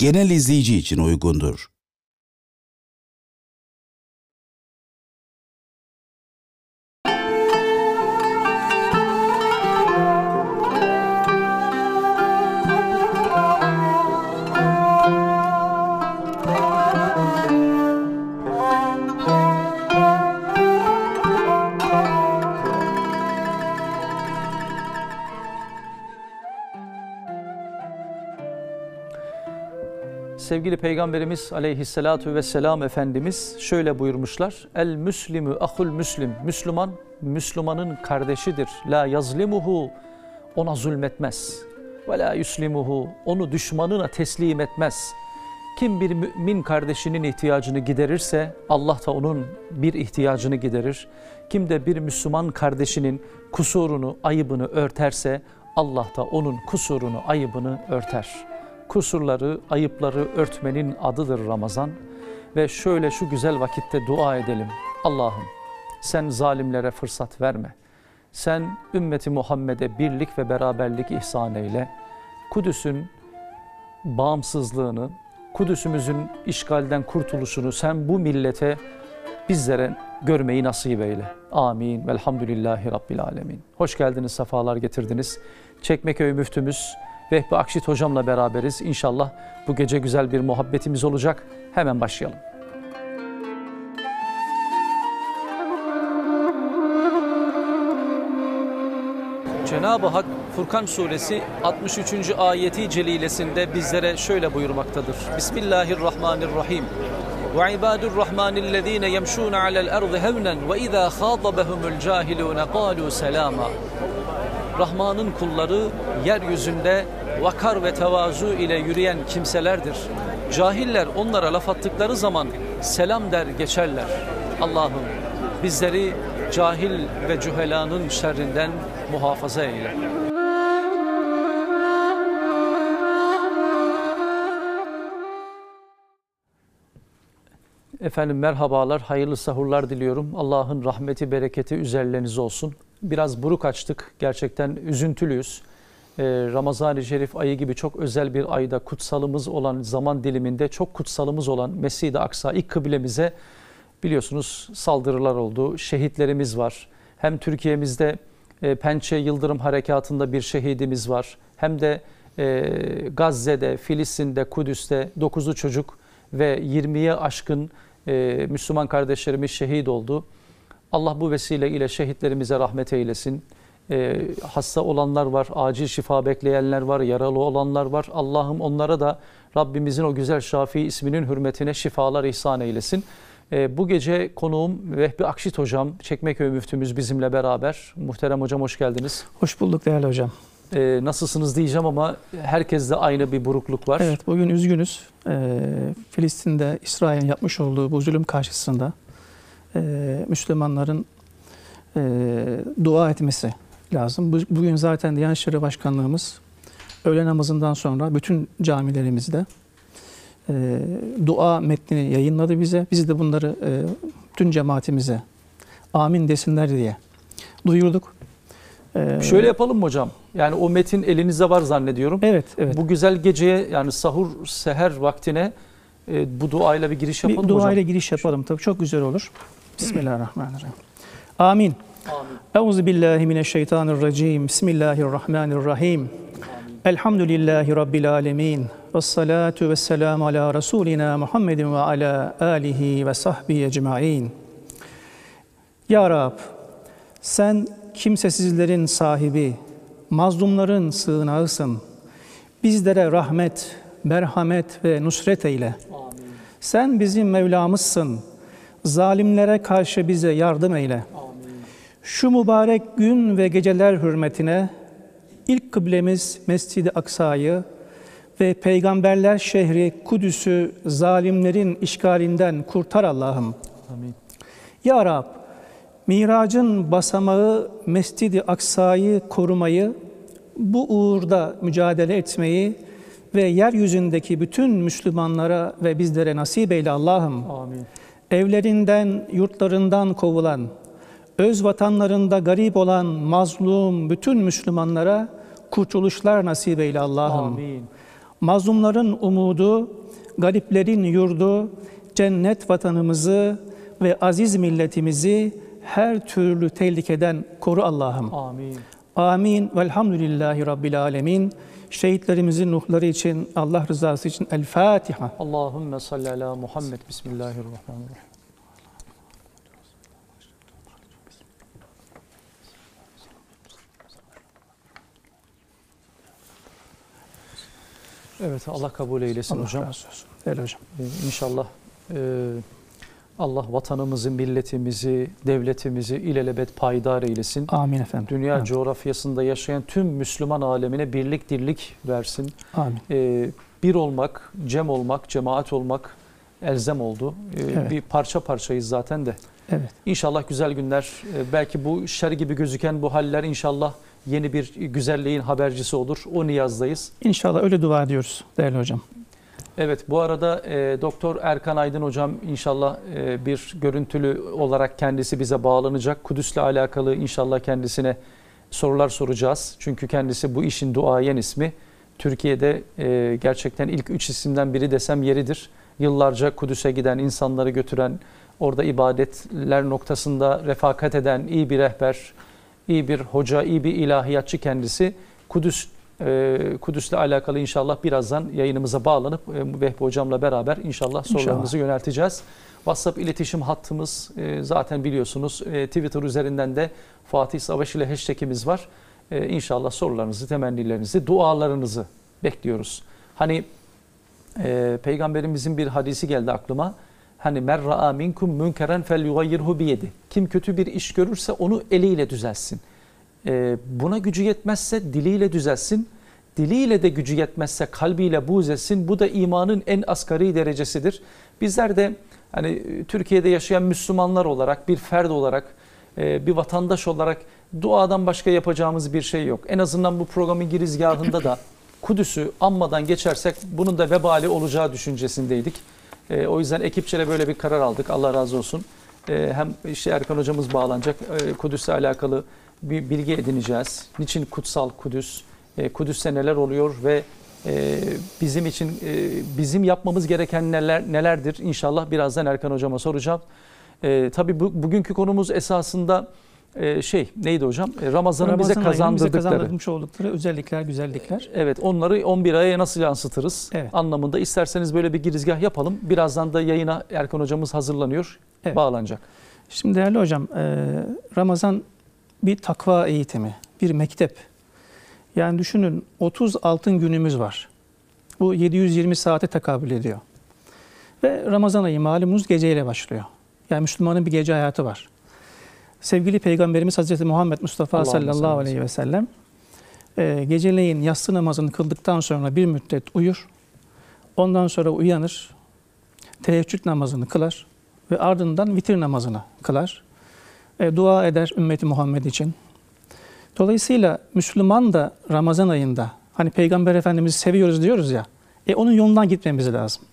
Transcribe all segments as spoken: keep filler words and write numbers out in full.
genel izleyici için uygundur. Sevgili Peygamberimiz aleyhissalatu vesselam Efendimiz şöyle buyurmuşlar. El müslimü ahul müslim. Müslüman, Müslümanın kardeşidir. La yazlimuhu, ona zulmetmez. Ve la yuslimuhu, onu düşmanına teslim etmez. Kim bir mümin kardeşinin ihtiyacını giderirse Allah da onun bir ihtiyacını giderir. Kim de bir Müslüman kardeşinin kusurunu, ayıbını örterse Allah da onun kusurunu, ayıbını örter. Kusurları, ayıpları örtmenin adıdır Ramazan. Ve şöyle şu güzel vakitte dua edelim. Allah'ım sen zalimlere fırsat verme. Sen ümmeti Muhammed'e birlik ve beraberlik ihsan eyle. Kudüs'ün bağımsızlığını, Kudüs'ümüzün işgalden kurtuluşunu sen bu millete, bizlere görmeyi nasip eyle. Amin. Velhamdülillahi Rabbil alemin. Hoş geldiniz, sefalar getirdiniz. Çekmeköy müftümüz Vehbi Akşit hocamla beraberiz. İnşallah bu gece güzel bir muhabbetimiz olacak. Hemen başlayalım. Cenab-ı Hak Furkan suresi altmış üçüncü ayeti celilesinde bizlere şöyle buyurmaktadır. Bismillahirrahmanirrahim. Ve ibadurrahmanillezine yemşûne alel ardı hevnen ve izâ khâtabehumul cahilûne kâlû selâma. Rahman'ın kulları yeryüzünde vakar ve tevazu ile yürüyen kimselerdir. Cahiller onlara laf attıkları zaman selam der geçerler. Allah'ım bizleri cahil ve cühelanın şerrinden muhafaza eyle. Efendim merhabalar, hayırlı sahurlar diliyorum. Allah'ın rahmeti, bereketi üzerlerinize olsun. Biraz buruk açtık, gerçekten üzüntülüyüz. Ee, Ramazan-ı Şerif ayı gibi çok özel bir ayda, kutsalımız olan zaman diliminde, çok kutsalımız olan Mescid-i Aksa, ilk kıblemize biliyorsunuz saldırılar oldu. Şehitlerimiz var. Hem Türkiye'mizde e, Pençe Yıldırım Harekatı'nda bir şehidimiz var. Hem de e, Gazze'de, Filistin'de, Kudüs'te dokuzu çocuk ve yirmiye aşkın e, Müslüman kardeşlerimiz şehit oldu. Allah bu vesile ile şehitlerimize rahmet eylesin. Ee, hasta olanlar var, acil şifa bekleyenler var, yaralı olanlar var. Allah'ım onlara da Rabbimizin o güzel Şafii isminin hürmetine şifalar ihsan eylesin. Ee, bu gece konuğum Vehbi Akşit hocam, Çekmeköy müftümüz bizimle beraber. Muhterem hocam hoş geldiniz. Hoş bulduk değerli hocam. Ee, nasılsınız diyeceğim ama herkeste aynı bir burukluk var. Evet, bugün üzgünüz. Ee, Filistin'de İsrail'in yapmış olduğu bu zulüm karşısında Ee, Müslümanların e, dua etmesi lazım. Bugün zaten Diyanet İşleri Başkanlığımız öğle namazından sonra bütün camilerimizde e, dua metnini yayınladı bize. Biz de bunları e, bütün cemaatimize amin desinler diye duyurduk. Ee, Şöyle yapalım mı hocam? Yani o metin elinizde var zannediyorum. Evet, evet. Bu güzel geceye, yani sahur, seher vaktine e, bu duayla bir giriş yapalım mı hocam? Bir duayla giriş yapalım tabii. Çok güzel olur. Bismillahirrahmanirrahim. Amin. Euzu billahi mineşşeytanirracim. Bismillahirrahmanirrahim. Elhamdülillahi rabbil alamin. Ves salatu vesselam ala rasulina Muhammedin ve ala alihi ve sahbihi ecmaîn. Ya Rab, sen kimsesizlerin sahibi, mazlumların sığınağısın. Bizlere rahmet, merhamet ve nusret eyle. Amin. Sen bizim Mevlamızsın. Zalimlere karşı bize yardım eyle. Amin. Şu mübarek gün ve geceler hürmetine ilk kıblemiz Mescid-i Aksa'yı ve Peygamberler şehri Kudüs'ü zalimlerin işgalinden kurtar Allah'ım. Amin. Ya Rab, Miracın basamağı Mescid-i Aksa'yı korumayı, bu uğurda mücadele etmeyi ve yeryüzündeki bütün Müslümanlara ve bizlere nasip eyle Allah'ım. Amin. Evlerinden, yurtlarından kovulan, öz vatanlarında garip olan mazlum bütün Müslümanlara kurtuluşlar nasip eyle Allah'ım. Amin. mazlumların umudu, gariplerin yurdu, cennet vatanımızı ve aziz milletimizi her türlü tehlikeden koru Allah'ım. Amin. Amin. Velhamdülillahi Rabbil alemin. Şehitlerimizin ruhları için, Allah rızası için El Fatiha. Allahümme salli ala Muhammed. Bismillahirrahmanirrahim. Evet, Allah kabul eylesin Allah hocam. razı olsun. Değerli hocam. Ee, İnşallah e, Allah vatanımızı, milletimizi, devletimizi ilelebet payidar eylesin. Amin efendim. Dünya Amin. coğrafyasında yaşayan tüm Müslüman alemine birlik dirlik versin. Amin. Ee, bir olmak, cem olmak, cemaat olmak elzem oldu. Ee, Evet. Bir parça parçayız zaten de. Evet. İnşallah güzel günler, e, belki bu şer gibi gözüken bu haller inşallah yeni bir güzelliğin habercisi olur. O niyazdayız. İnşallah öyle dua ediyoruz değerli hocam. Evet, bu arada e, Doktor Erkan Aydın hocam inşallah e, bir görüntülü olarak kendisi bize bağlanacak. Kudüs'le alakalı inşallah kendisine sorular soracağız. Çünkü kendisi bu işin duayen ismi. Türkiye'de e, gerçekten ilk üç isimden biri desem yeridir. Yıllarca Kudüs'e giden, insanları götüren, orada ibadetler noktasında refakat eden iyi bir rehber, iyi bir hoca, iyi bir ilahiyatçı kendisi. Kudüs Ee, Kudüs'le alakalı inşallah birazdan yayınımıza bağlanıp e, Vehbi hocamla beraber inşallah sorularımızı İnşallah. yönelteceğiz. WhatsApp iletişim hattımız e, zaten biliyorsunuz. E, Twitter üzerinden de Fatih Savaş ile hashtagimiz var. E, inşallah sorularınızı, temennilerinizi, dualarınızı bekliyoruz. Hani e, Peygamberimizin bir hadisi geldi aklıma. Hani mer ra'a minkum münkeren fel yugayyirhu biyedi. Kim kötü bir iş görürse onu eliyle düzelsin. Buna gücü yetmezse diliyle düzelsin. Diliyle de gücü yetmezse kalbiyle buğz etsin. Bu da imanın en asgari derecesidir. Bizler de hani Türkiye'de yaşayan Müslümanlar olarak, bir ferd olarak, bir vatandaş olarak duadan başka yapacağımız bir şey yok. En azından bu programın girizgahında da Kudüs'ü anmadan geçersek bunun da vebali olacağı düşüncesindeydik. O yüzden ekipçe böyle bir karar aldık. Allah razı olsun. Hem işte Erkan hocamız bağlanacak. Kudüs'le alakalı bir bilgi edineceğiz. Niçin kutsal Kudüs? E, Kudüs'te neler oluyor ve e, bizim için e, bizim yapmamız gereken neler nelerdir? İnşallah birazdan Erkan hocama soracağım. E, tabii bu, bugünkü konumuz esasında e, şey neydi hocam? E, Ramazan'ın bize kazandırdıkları. Bize kazandırmış oldukları özellikler, güzellikler. Evet, onları on bir aya nasıl yansıtırız Evet. anlamında. İsterseniz böyle bir girizgah yapalım. Birazdan da yayına Erkan hocamız hazırlanıyor. Evet. Bağlanacak. Şimdi değerli hocam, e, Ramazan bir takva eğitimi, bir mektep. Yani düşünün otuz altın günümüz var. Bu yedi yüz yirmi saate tekabül ediyor. Ve Ramazan ayı malumunuz geceyle başlıyor. Yani Müslümanın bir gece hayatı var. Sevgili Peygamberimiz Hazreti Muhammed Mustafa Allah'ım sallallahu aleyhi ve sellem e, geceleyin yatsı namazını kıldıktan sonra bir müddet uyur. Ondan sonra uyanır. Teheccüd namazını kılar ve ardından vitir namazını kılar. E, dua eder ümmeti Muhammed için. Dolayısıyla Müslüman da Ramazan ayında hani Peygamber Efendimiz'i seviyoruz diyoruz ya, e, onun yolundan gitmemiz lazım.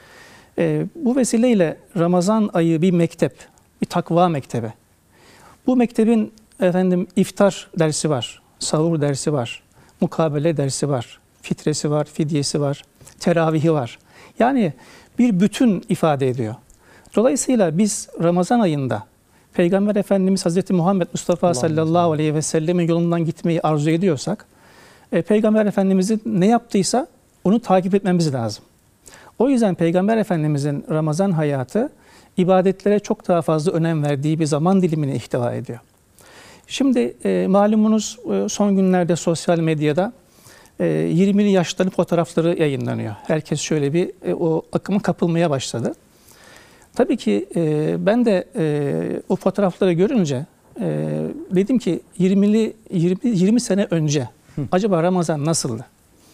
E, bu vesileyle Ramazan ayı bir mektep, bir takva mektebi. Bu mektebin efendim iftar dersi var, sahur dersi var, mukabele dersi var, fitresi var, fidyesi var, teravihi var. Yani bir bütün ifade ediyor. Dolayısıyla biz Ramazan ayında Peygamber Efendimiz Hazreti Muhammed Mustafa sallallahu aleyhi ve sellemin yolundan gitmeyi arzu ediyorsak, e, Peygamber Efendimiz'in ne yaptıysa onu takip etmemiz lazım. O yüzden Peygamber Efendimiz'in Ramazan hayatı ibadetlere çok daha fazla önem verdiği bir zaman dilimini ihtiva ediyor. Şimdi e, malumunuz e, son günlerde sosyal medyada e, yirmili yaşların fotoğrafları yayınlanıyor. Herkes şöyle bir e, o akıma kapılmaya başladı. Tabii ki e, ben de e, o fotoğrafları görünce e, dedim ki yirmili yirmi, yirmi sene önce Hı. acaba Ramazan nasıldı?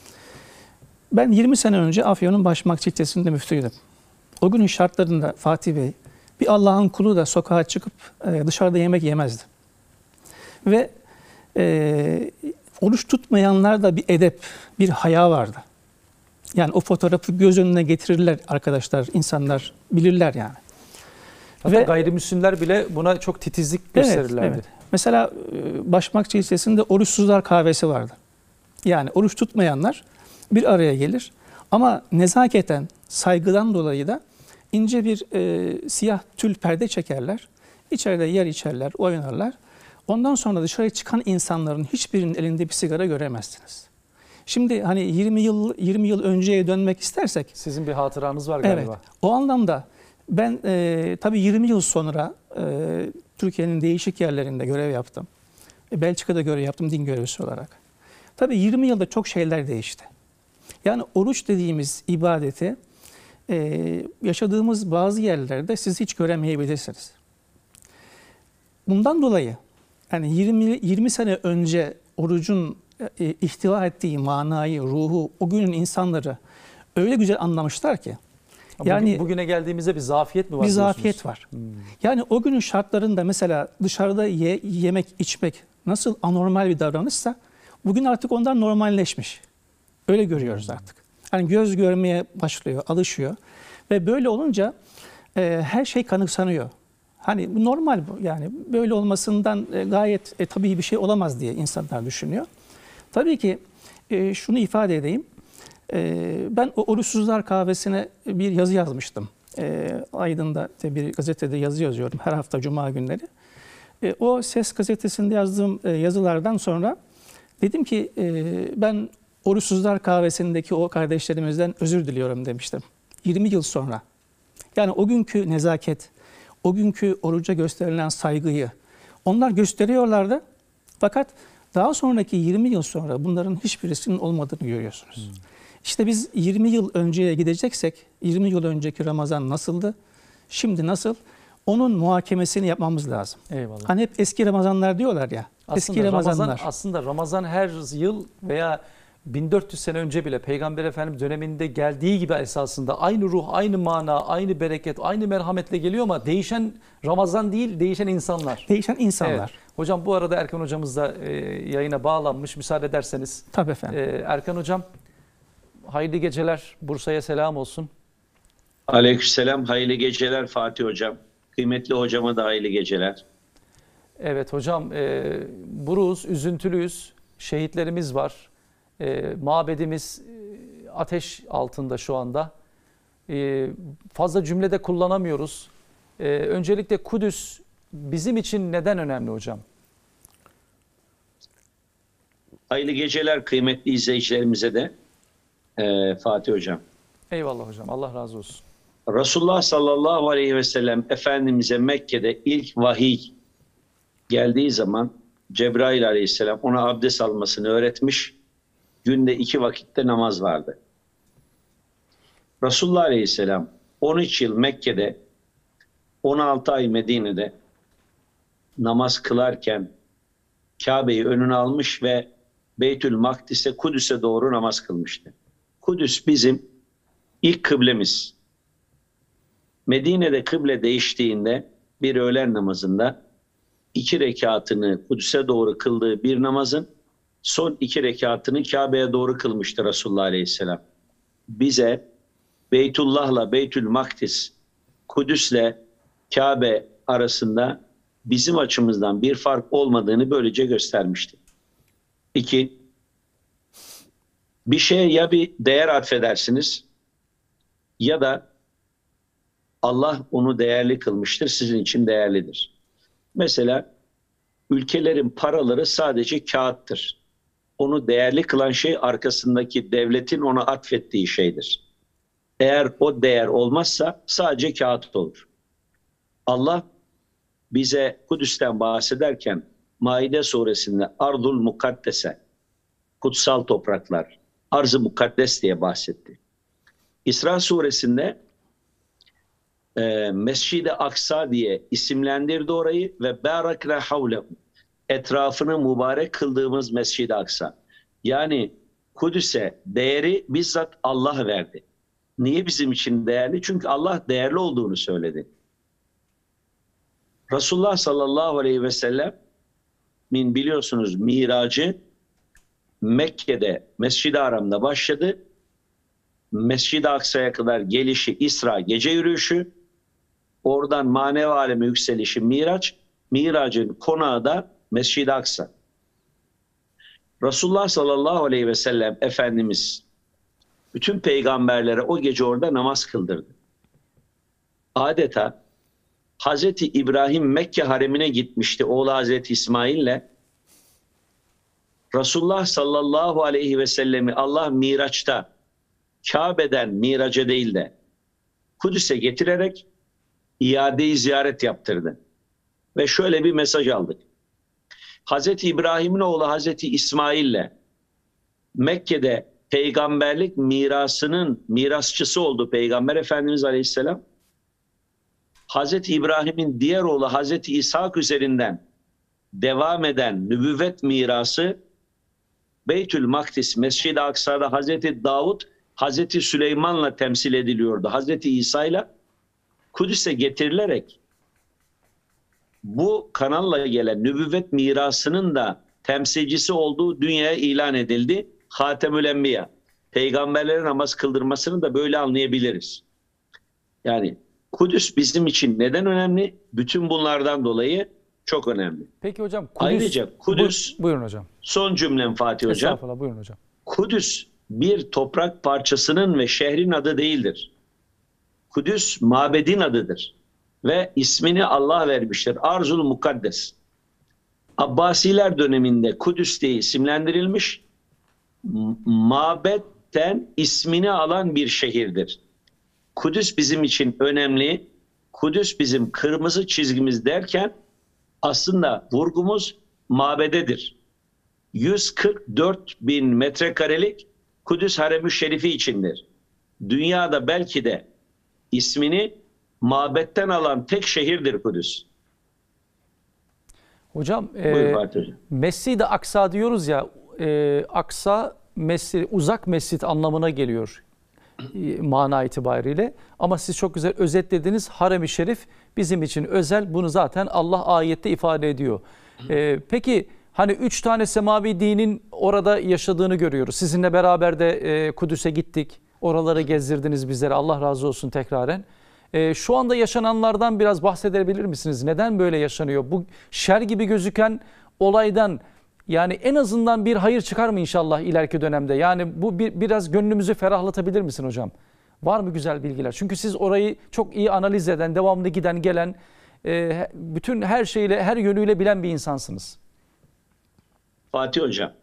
Ben yirmi sene önce Afyon'un Başmakçı ilçesinde müftüydüm. O günün şartlarında Fatih Bey, bir Allah'ın kulu da sokağa çıkıp e, dışarıda yemek yemezdi. Ve e, oruç tutmayanlar da bir edep, bir haya vardı. Yani o fotoğrafı göz önüne getirirler arkadaşlar, insanlar bilirler yani. Hatta Ve, gayrimüslimler bile buna çok titizlik gösterirlerdi. Evet, evet. Mesela Başmakçı ilçesinde oruçsuzlar kahvesi vardı. Yani oruç tutmayanlar bir araya gelir. Ama nezaketen, saygıdan dolayı da ince bir e, siyah tül perde çekerler. İçeride yer içerler, oynarlar. Ondan sonra dışarı çıkan insanların hiçbirinin elinde bir sigara göremezsiniz. Şimdi hani yirmi yıl yirmi yıl önceye dönmek istersek, Sizin bir hatıranız var galiba. evet, o anlamda ben e, tabii yirmi yıl sonra e, Türkiye'nin değişik yerlerinde görev yaptım. E, Belçika'da görev yaptım din görevlisi olarak. Tabii yirmi yılda çok şeyler değişti. Yani oruç dediğimiz ibadeti e, yaşadığımız bazı yerlerde siz hiç göremeyebilirsiniz. Bundan dolayı yani yirmi, yirmi sene önce orucun e, ihtiva ettiği manayı, ruhu, o günün insanları öyle güzel anlamışlar ki. Yani Yani bugüne geldiğimizde bir zafiyet mi var? bir diyorsunuz? zafiyet var. Hmm. Yani o günün şartlarında mesela dışarıda ye, yemek, içmek nasıl anormal bir davranışsa bugün artık ondan normalleşmiş. Öyle görüyoruz artık. Yani göz görmeye başlıyor, alışıyor ve böyle olunca e, her şey kanıksanıyor. Hani bu normal bu. Yani böyle olmasından e, gayet e, tabii bir şey olamaz diye insanlar düşünüyor. Tabii ki e, şunu ifade edeyim. E, ben o Oruçsuzlar Kahvesi'ne bir yazı yazmıştım. E, Aydın'da bir gazetede yazı yazıyorum her hafta Cuma günleri. E, o Ses gazetesinde yazdığım e, yazılardan sonra dedim ki e, ben Oruçsuzlar Kahvesi'ndeki o kardeşlerimizden özür diliyorum demiştim. yirmi yıl sonra. Yani o günkü nezaket, o günkü oruca gösterilen saygıyı onlar gösteriyorlardı. Fakat daha sonraki yirmi yıl sonra bunların hiçbirisinin olmadığını görüyorsunuz. Hmm. İşte biz yirmi yıl önceye gideceksek, yirmi yıl önceki Ramazan nasıldı, şimdi nasıl? Onun muhakemesini yapmamız lazım. Eyvallah. Hani hep eski Ramazanlar diyorlar ya. Aslında eski Ramazanlar. Ramazan, aslında Ramazan her yıl veya bin dört yüz sene önce bile Peygamber Efendimiz döneminde geldiği gibi esasında aynı ruh, aynı mana, aynı bereket, aynı merhametle geliyor ama değişen Ramazan değil, değişen insanlar. Değişen insanlar. Evet. Hocam bu arada Erkan Hocamız da e, yayına bağlanmış. Müsaade ederseniz. Tabii efendim. E, Erkan Hocam, hayırlı geceler. Bursa'ya selam olsun. Aleykümselam. Hayırlı geceler Fatih Hocam. Kıymetli hocama da hayırlı geceler. Evet hocam, e, buruz, üzüntülüyüz. Şehitlerimiz var. E, mabedimiz e, ateş altında şu anda. E, fazla cümlede kullanamıyoruz. E, öncelikle Kudüs bizim için neden önemli hocam? Hayırlı geceler kıymetli izleyicilerimize de ee, Fatih Hocam. Eyvallah hocam. Allah razı olsun. Resulullah sallallahu aleyhi ve sellem Efendimiz'e Mekke'de ilk vahiy geldiği zaman Cebrail aleyhisselam ona abdest almasını öğretmiş. Günde iki vakitte namaz vardı. Resulullah aleyhisselam on üç yıl Mekke'de, on altı ay Medine'de namaz kılarken Kabe'yi önüne almış ve Beytül Makdis'e, Kudüs'e doğru namaz kılmıştı. Kudüs bizim ilk kıblemiz. Medine'de kıble değiştiğinde bir öğlen namazında iki rekatını Kudüs'e doğru kıldığı bir namazın son iki rekatını Kabe'ye doğru kılmıştı Resulullah Aleyhisselam. Bize Beytullah'la Beytül Makdis, Kudüs'le Kabe arasında bizim açımızdan bir fark olmadığını böylece göstermişti. İki, bir şeye ya bir değer atfedersiniz ya da Allah onu değerli kılmıştır, sizin için değerlidir. Mesela ülkelerin paraları sadece kağıttır. Onu değerli kılan şey arkasındaki devletin ona atfettiği şeydir. Eğer o değer olmazsa sadece kağıt olur. Allah bize Kudüs'ten bahsederken Maide suresinde Ardul Mukaddese, kutsal topraklar, arz-ı mukaddes diye bahsetti. İsra suresinde e, Mescid-i Aksa diye isimlendirdi orayı ve Barakna havlehu, etrafını mübarek kıldığımız Mescid-i Aksa. Yani Kudüs'e değeri bizzat Allah verdi. Niye bizim için değerli? Çünkü Allah değerli olduğunu söyledi. Resulullah sallallahu aleyhi ve sellem min biliyorsunuz miracı Mekke'de Mescid-i Haram'da başladı. Mescid-i Aksa'ya kadar gelişi İsra gece yürüyüşü, oradan manevi aleme yükselişi Miraç, Mirac'ın konağı da Mescid-i Aksa. Resulullah sallallahu aleyhi ve sellem Efendimiz bütün peygamberlere o gece orada namaz kıldırdı. Adeta Hazreti İbrahim Mekke haremine gitmişti oğlu Hazreti İsmail'le. Resulullah sallallahu aleyhi ve sellemi Allah Miraç'ta Kabe'den Miraç'a değil de Kudüs'e getirerek iade-i ziyaret yaptırdı. Ve şöyle bir mesaj aldık. Hazreti İbrahim'in oğlu Hazreti İsmail'le Mekke'de peygamberlik mirasının mirasçısı oldu Peygamber Efendimiz Aleyhisselam. Hazreti İbrahim'in diğer oğlu Hazreti İshak üzerinden devam eden nübüvvet mirası Beytül Makdis, Mescid-i Aksa'da Hazreti Davud, Hazreti Süleyman'la temsil ediliyordu. Hazreti İsa'yla Kudüs'e getirilerek bu kanalla gelen nübüvvet mirasının da temsilcisi olduğu dünyaya ilan edildi. Hatemül Enbiya. Peygamberlere namaz kıldırmasını da böyle anlayabiliriz. Yani Kudüs bizim için neden önemli? Bütün bunlardan dolayı çok önemli. Peki hocam Kudüs... Ayrıca Kudüs... Bu, buyurun hocam. Son cümlem Fatih Hocam. Estağfurullah, buyurun hocam. Kudüs bir toprak parçasının ve şehrin adı değildir. Kudüs mabedin adıdır. Ve ismini Allah vermiştir. Arzul Mukaddes. Abbasiler döneminde Kudüs diye isimlendirilmiş, mabetten ismini alan bir şehirdir. Kudüs bizim için önemli. Kudüs bizim kırmızı çizgimiz derken aslında vurgumuz mabededir. yüz kırk dört bin metrekarelik Kudüs Harem-i Şerifi içindir. Dünyada belki de ismini mabetten alan tek şehirdir Kudüs. Hocam, Buyur e, Fatih Hocam. Mescid-i Aksa diyoruz ya, e, Aksa mescid, uzak mescit anlamına geliyor e, mana itibariyle. Ama siz çok güzel özetlediniz. Harem-i Şerif bizim için özel. Bunu zaten Allah ayette ifade ediyor. E, peki hani üç tane semavi dinin orada yaşadığını görüyoruz. Sizinle beraber de e, Kudüs'e gittik. Oraları gezdirdiniz bizlere. Allah razı olsun tekraren. E, şu anda yaşananlardan biraz bahsedebilir misiniz? Neden böyle yaşanıyor? Bu şer gibi gözüken olaydan yani en azından bir hayır çıkar mı inşallah ileriki dönemde? Yani bu bir, biraz gönlümüzü ferahlatabilir misin hocam? Var mı güzel bilgiler? Çünkü siz orayı çok iyi analiz eden, devamlı giden gelen, e, bütün her şeyle, her yönüyle bilen bir insansınız. Fatih Hocam,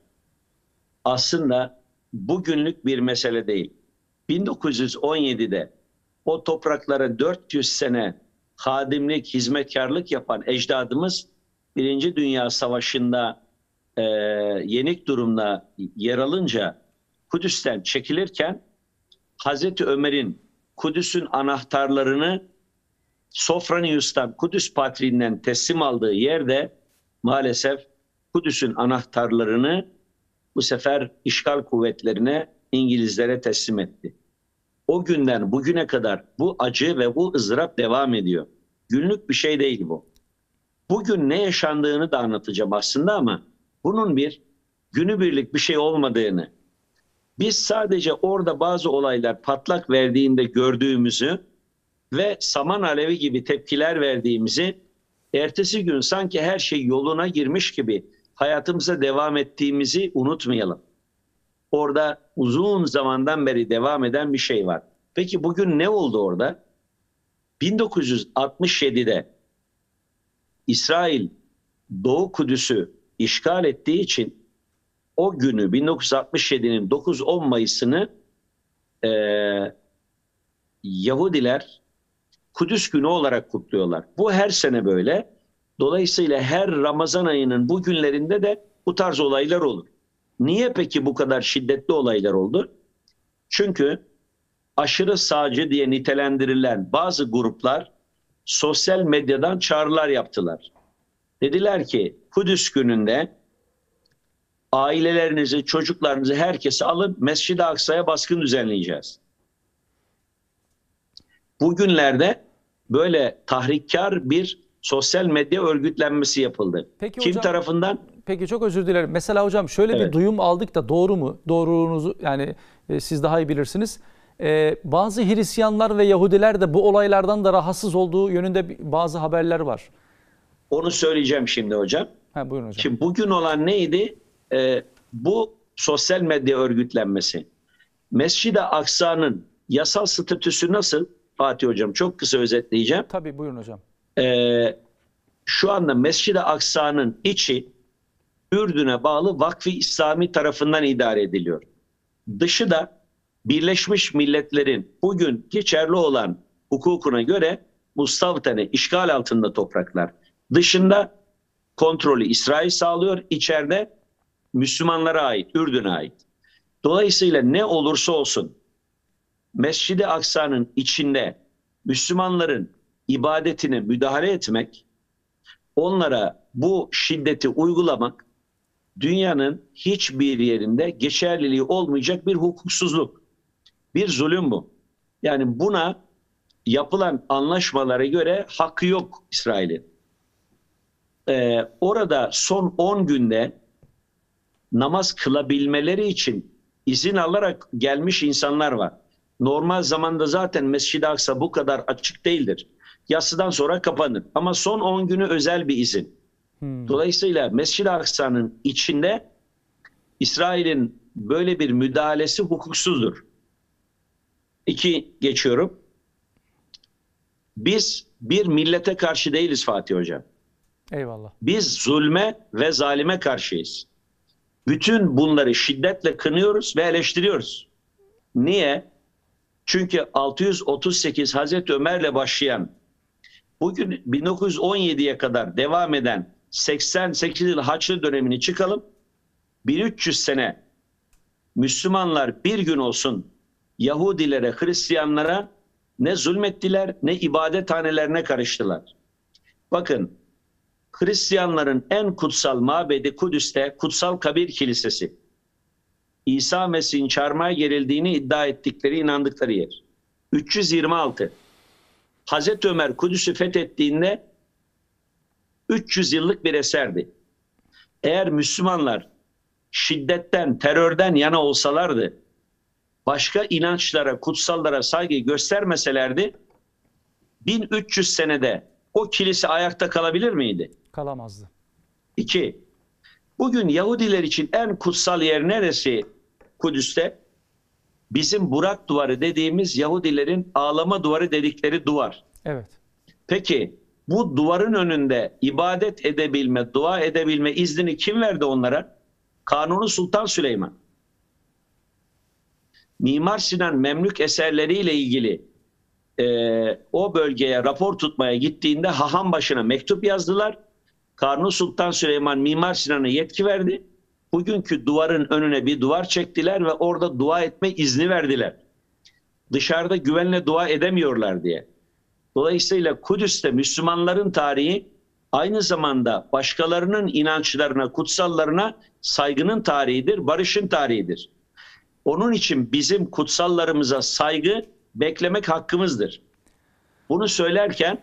aslında bugünlük bir mesele değil. bin dokuz yüz on yedi'de o topraklara dört yüz sene hadimlik, hizmetkarlık yapan ecdadımız Birinci Dünya Savaşı'nda e, yenik durumda yer alınca Kudüs'ten çekilirken Hazreti Ömer'in Kudüs'ün anahtarlarını Sofronius'tan, Kudüs Patriğinden teslim aldığı yerde maalesef Kudüs'ün anahtarlarını bu sefer işgal kuvvetlerine, İngilizlere teslim etti. O günden bugüne kadar bu acı ve bu ızdırap devam ediyor. Günlük bir şey değil bu. Bugün ne yaşandığını da anlatacağım aslında ama bunun bir günübirlik bir şey olmadığını, biz sadece orada bazı olaylar patlak verdiğinde gördüğümüzü ve saman alevi gibi tepkiler verdiğimizi, ertesi gün sanki her şey yoluna girmiş gibi hayatımıza devam ettiğimizi unutmayalım. Orada uzun zamandan beri devam eden bir şey var. Peki bugün ne oldu orada? bin dokuz yüz altmış yedi'de İsrail Doğu Kudüs'ü işgal ettiği için o günü bin dokuz yüz altmış yedi'nin dokuz on Mayıs'ını e, Yahudiler Kudüs günü olarak kutluyorlar. Bu her sene böyle. Dolayısıyla her Ramazan ayının bu günlerinde de bu tarz olaylar olur. Niye peki bu kadar şiddetli olaylar oldu? Çünkü aşırı sağcı diye nitelendirilen bazı gruplar sosyal medyadan çağrılar yaptılar. Dediler ki Kudüs gününde ailelerinizi, çocuklarınızı, herkesi alın Mescid-i Aksa'ya baskın düzenleyeceğiz. Bugünlerde böyle tahrikkar bir sosyal medya örgütlenmesi yapıldı. Peki Kim hocam, tarafından? Peki çok özür dilerim. Mesela hocam şöyle Evet. bir duyum aldık da doğru mu? Doğruluğunuzu yani e, siz daha iyi bilirsiniz. E, bazı Hristiyanlar ve Yahudiler de bu olaylardan da rahatsız olduğu yönünde bazı haberler var. Onu söyleyeceğim şimdi hocam. Ha, buyurun hocam. Şimdi bugün olan neydi? Ee, bu sosyal medya örgütlenmesi. Mescid-i Aksa'nın yasal statüsü nasıl? Fatih Hocam çok kısa özetleyeceğim. Tabii buyurun hocam. Ee, şu anda Mescid-i Aksa'nın içi Ürdün'e bağlı Vakfı İslami tarafından idare ediliyor. Dışı da Birleşmiş Milletler'in bugün geçerli olan hukukuna göre mustavtene, işgal altında topraklar. Dışında kontrolü İsrail sağlıyor, içeride Müslümanlara ait, Ürdün'e ait. Dolayısıyla ne olursa olsun Mescid-i Aksa'nın içinde Müslümanların ibadetine müdahale etmek, onlara bu şiddeti uygulamak dünyanın hiçbir yerinde geçerliliği olmayacak bir hukuksuzluk, bir zulüm bu. Yani buna yapılan anlaşmalara göre hakkı yok İsrail'in. Ee, orada son on günde namaz kılabilmeleri için izin alarak gelmiş insanlar var. Normal zamanda zaten Mescid-i Aksa bu kadar açık değildir. Yatsıdan sonra kapanır. Ama son on günü özel bir izin. Hmm. Dolayısıyla Mescid-i Aksa'nın içinde İsrail'in böyle bir müdahalesi hukuksuzdur. İki, geçiyorum. Biz bir millete karşı değiliz Fatih Hocam. Eyvallah. Biz zulme ve zalime karşıyız. Bütün bunları şiddetle kınıyoruz ve eleştiriyoruz. Niye? Çünkü altı yüz otuz sekiz Hazreti Ömer'le başlayan, bugün bin dokuz yüz on yediye kadar devam eden seksen sekiz yıl Haçlı dönemini çıkalım. bin üç yüz sene Müslümanlar bir gün olsun Yahudilere, Hristiyanlara ne zulmettiler ne ibadethanelerine karıştılar. Bakın, Hristiyanların en kutsal mabedi Kudüs'te Kutsal Kabir Kilisesi. İsa Mesih'in çarmıha gerildiğini iddia ettikleri, inandıkları yer. üç yüz yirmi altı. Hazreti Ömer Kudüs'ü fethettiğinde üç yüz yıllık bir eserdi. Eğer Müslümanlar şiddetten, terörden yana olsalardı, başka inançlara, kutsallara saygı göstermeselerdi, bin üç yüz senede o kilise ayakta kalabilir miydi? Kalamazdı. İki, bugün Yahudiler için en kutsal yer neresi Kudüs'te? Bizim Burak Duvarı dediğimiz Yahudilerin ağlama duvarı dedikleri duvar. Evet. Peki bu duvarın önünde ibadet edebilme, dua edebilme iznini kim verdi onlara? Kanuni Sultan Süleyman. Mimar Sinan Memlük eserleriyle ilgili e, o bölgeye rapor tutmaya gittiğinde haham başına mektup yazdılar. Kanuni Sultan Süleyman Mimar Sinan'a yetki verdi. Bugünkü duvarın önüne bir duvar çektiler ve orada dua etme izni verdiler. Dışarıda güvenle dua edemiyorlar diye. Dolayısıyla Kudüs'te Müslümanların tarihi aynı zamanda başkalarının inançlarına, kutsallarına saygının tarihidir, barışın tarihidir. Onun için bizim kutsallarımıza saygı beklemek hakkımızdır. Bunu söylerken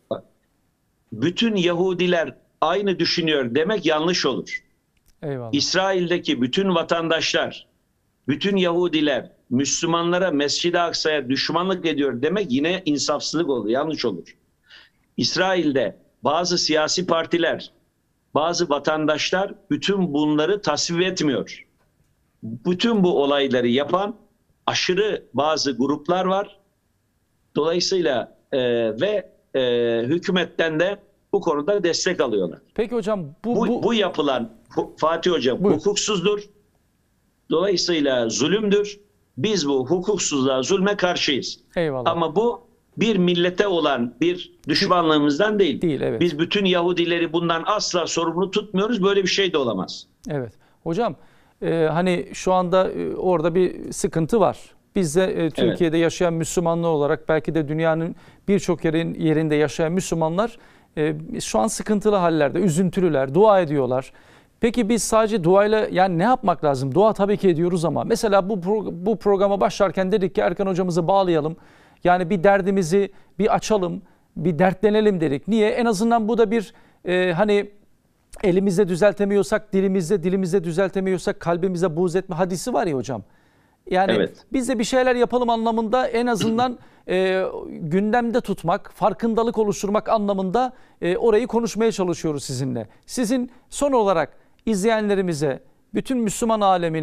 bütün Yahudiler aynı düşünüyor demek yanlış olur. Eyvallah. İsrail'deki bütün vatandaşlar, bütün Yahudiler Müslümanlara, Mescid-i Aksa'ya düşmanlık ediyor demek yine insafsızlık olur, yanlış olur. İsrail'de bazı siyasi partiler, bazı vatandaşlar bütün bunları tasvip etmiyor. Bütün bu olayları yapan aşırı bazı gruplar var. Dolayısıyla e, ve e, hükümetten de bu konuda destek alıyorlar. Peki hocam bu, Bu, bu... bu yapılan Fatih Hocam Buyur. hukuksuzdur. Dolayısıyla zulümdür. Biz bu hukuksuzluğa, zulme karşıyız. Eyvallah. Ama bu bir millete olan bir düşmanlığımızdan değil. Değil, evet. Biz bütün Yahudileri bundan asla sorumlu tutmuyoruz. Böyle bir şey de olamaz. Evet. Hocam e, hani şu anda e, orada bir sıkıntı var. Biz de e, Türkiye'de evet. yaşayan Müslümanlar olarak belki de dünyanın birçok yerin, yerinde yaşayan Müslümanlar e, şu an sıkıntılı hallerde, üzüntülüler, dua ediyorlar. Peki biz sadece duayla yani ne yapmak lazım? Dua tabii ki ediyoruz ama mesela bu bu programa başlarken dedik ki Erkan hocamızı bağlayalım. Yani bir derdimizi bir açalım, bir dertlenelim dedik. Niye? En azından bu da bir e, hani elimizde düzeltemiyorsak dilimizde, dilimizde düzeltemiyorsak kalbimize buğz etme hadisi var ya hocam. Yani evet. Biz de bir şeyler yapalım anlamında en azından e, gündemde tutmak, farkındalık oluşturmak anlamında e, orayı konuşmaya çalışıyoruz sizinle. Sizin son olarak izleyenlerimize, bütün Müslüman alemine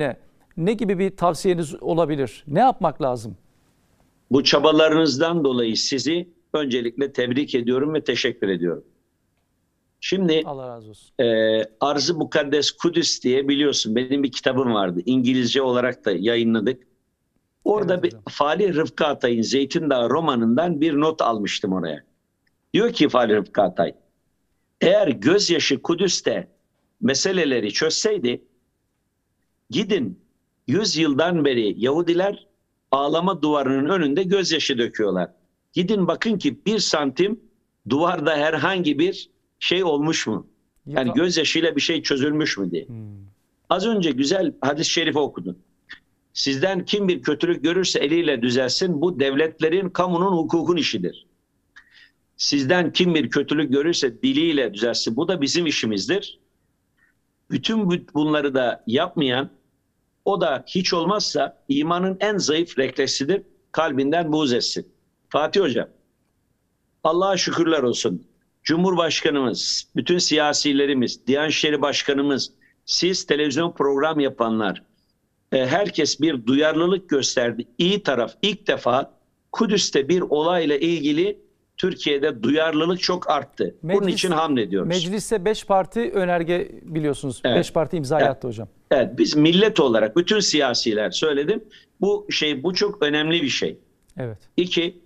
Ne gibi bir tavsiyeniz olabilir? Ne yapmak lazım? Bu çabalarınızdan dolayı sizi öncelikle tebrik ediyorum ve teşekkür ediyorum. Şimdi Allah razı olsun. e, Arz-ı Mukaddes Kudüs diye biliyorsun benim bir kitabım vardı. İngilizce olarak da yayınladık. Orada Evet bir hocam. Fali Rıfkı Atay'ın Zeytin Dağı romanından bir not almıştım oraya. Diyor ki Fali Rıfkı Atay, eğer gözyaşı Kudüs'te meseleleri çözseydi, gidin yüz yıldan beri Yahudiler ağlama duvarının önünde gözyaşı döküyorlar. Gidin bakın ki bir santim duvarda herhangi bir şey olmuş mu? Yani Yıka- gözyaşıyla bir şey çözülmüş mü diye. Hmm. Az önce güzel hadis-i şerifi okudun. Sizden kim bir kötülük görürse eliyle düzelsin. Bu devletlerin, kamunun, hukukun işidir. Sizden kim bir kötülük görürse diliyle düzelsin. Bu da bizim işimizdir. Bütün bunları da yapmayan, o da hiç olmazsa imanın en zayıf refleksidir. Kalbinden buğz etsin. Fatih Hocam, Allah'a şükürler olsun. Cumhurbaşkanımız, bütün siyasilerimiz, Diyanet İşleri Başkanımız, siz televizyon program yapanlar, herkes bir duyarlılık gösterdi. İyi taraf ilk defa Kudüs'te bir olayla ilgili Türkiye'de duyarlılık çok arttı. Bunun Meclis- için hamd ediyoruz. Mecliste beş parti önerge biliyorsunuz. Evet. Beş parti imza Evet. attı hocam. Evet, biz millet olarak bütün siyasiler söyledim. Bu şey bu çok önemli bir şey. Evet. İki,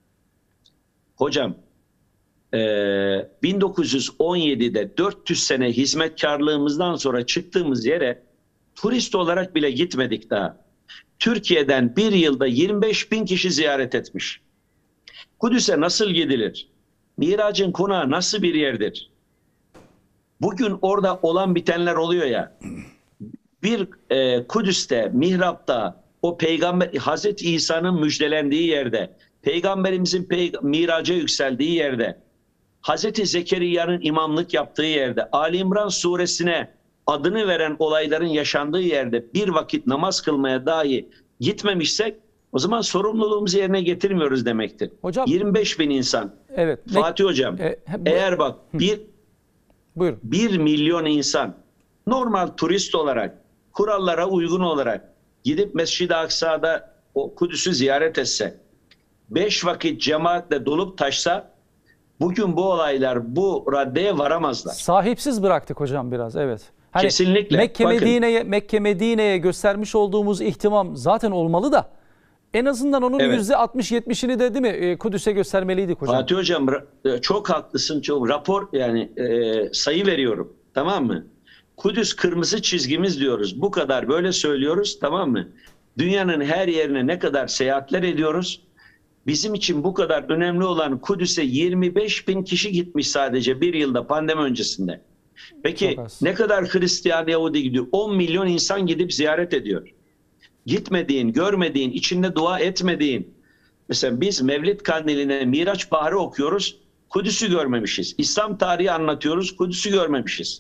hocam e, bin dokuz yüz on yedide dört yüz sene hizmetkarlığımızdan sonra çıktığımız yere turist olarak bile gitmedik daha. Türkiye'den bir yılda yirmi beş bin kişi ziyaret etmiş. Kudüs'e nasıl gidilir? Miracın konağı nasıl bir yerdir? Bugün orada olan bitenler oluyor ya. Bir e, Kudüs'te, mihrapta, o peygamber Hazreti İsa'nın müjdelendiği yerde, peygamberimizin peyg miraca yükseldiği yerde, Hazreti Zekeriya'nın imamlık yaptığı yerde, Ali İmran suresine adını veren olayların yaşandığı yerde bir vakit namaz kılmaya dahi gitmemişsek, o zaman sorumluluğumuzu yerine getirmiyoruz demektir. Hocam- yirmi beş bin insan. Evet. Ne- Fatih Hocam, E, he- bu- eğer bak bir, Buyurun. bir milyon insan normal turist olarak, kurallara uygun olarak gidip Mescid-i Aksa'da o Kudüs'ü ziyaret etse, beş vakit cemaatle dolup taşsa, bugün bu olaylar bu raddeye varamazlar. Sahipsiz bıraktık hocam biraz, evet. Hani Kesinlikle. Mekke Bakın. Medine'ye Mekke Medine'ye göstermiş olduğumuz ihtimam zaten olmalı da en azından onun Evet. yüzde altmış yetmişini de değil mi e, Kudüs'e göstermeliydik hocam. Fatih Hocam ra- çok haklısın. Çok rapor yani e, sayı veriyorum. Tamam mı? Kudüs kırmızı çizgimiz diyoruz. Bu kadar böyle söylüyoruz, tamam mı? Dünyanın her yerine ne kadar seyahatler ediyoruz. Bizim için bu kadar önemli olan Kudüs'e yirmi beş bin kişi gitmiş sadece bir yılda pandemi öncesinde. Peki Çok az. ne kadar Hristiyan, Yahudi gidiyor? on milyon insan gidip ziyaret ediyor. Gitmediğin, görmediğin, içinde dua etmediğin. Mesela biz Mevlid Kandili'ne Miraç Baharı okuyoruz. Kudüs'ü görmemişiz. İslam tarihi anlatıyoruz. Kudüs'ü görmemişiz.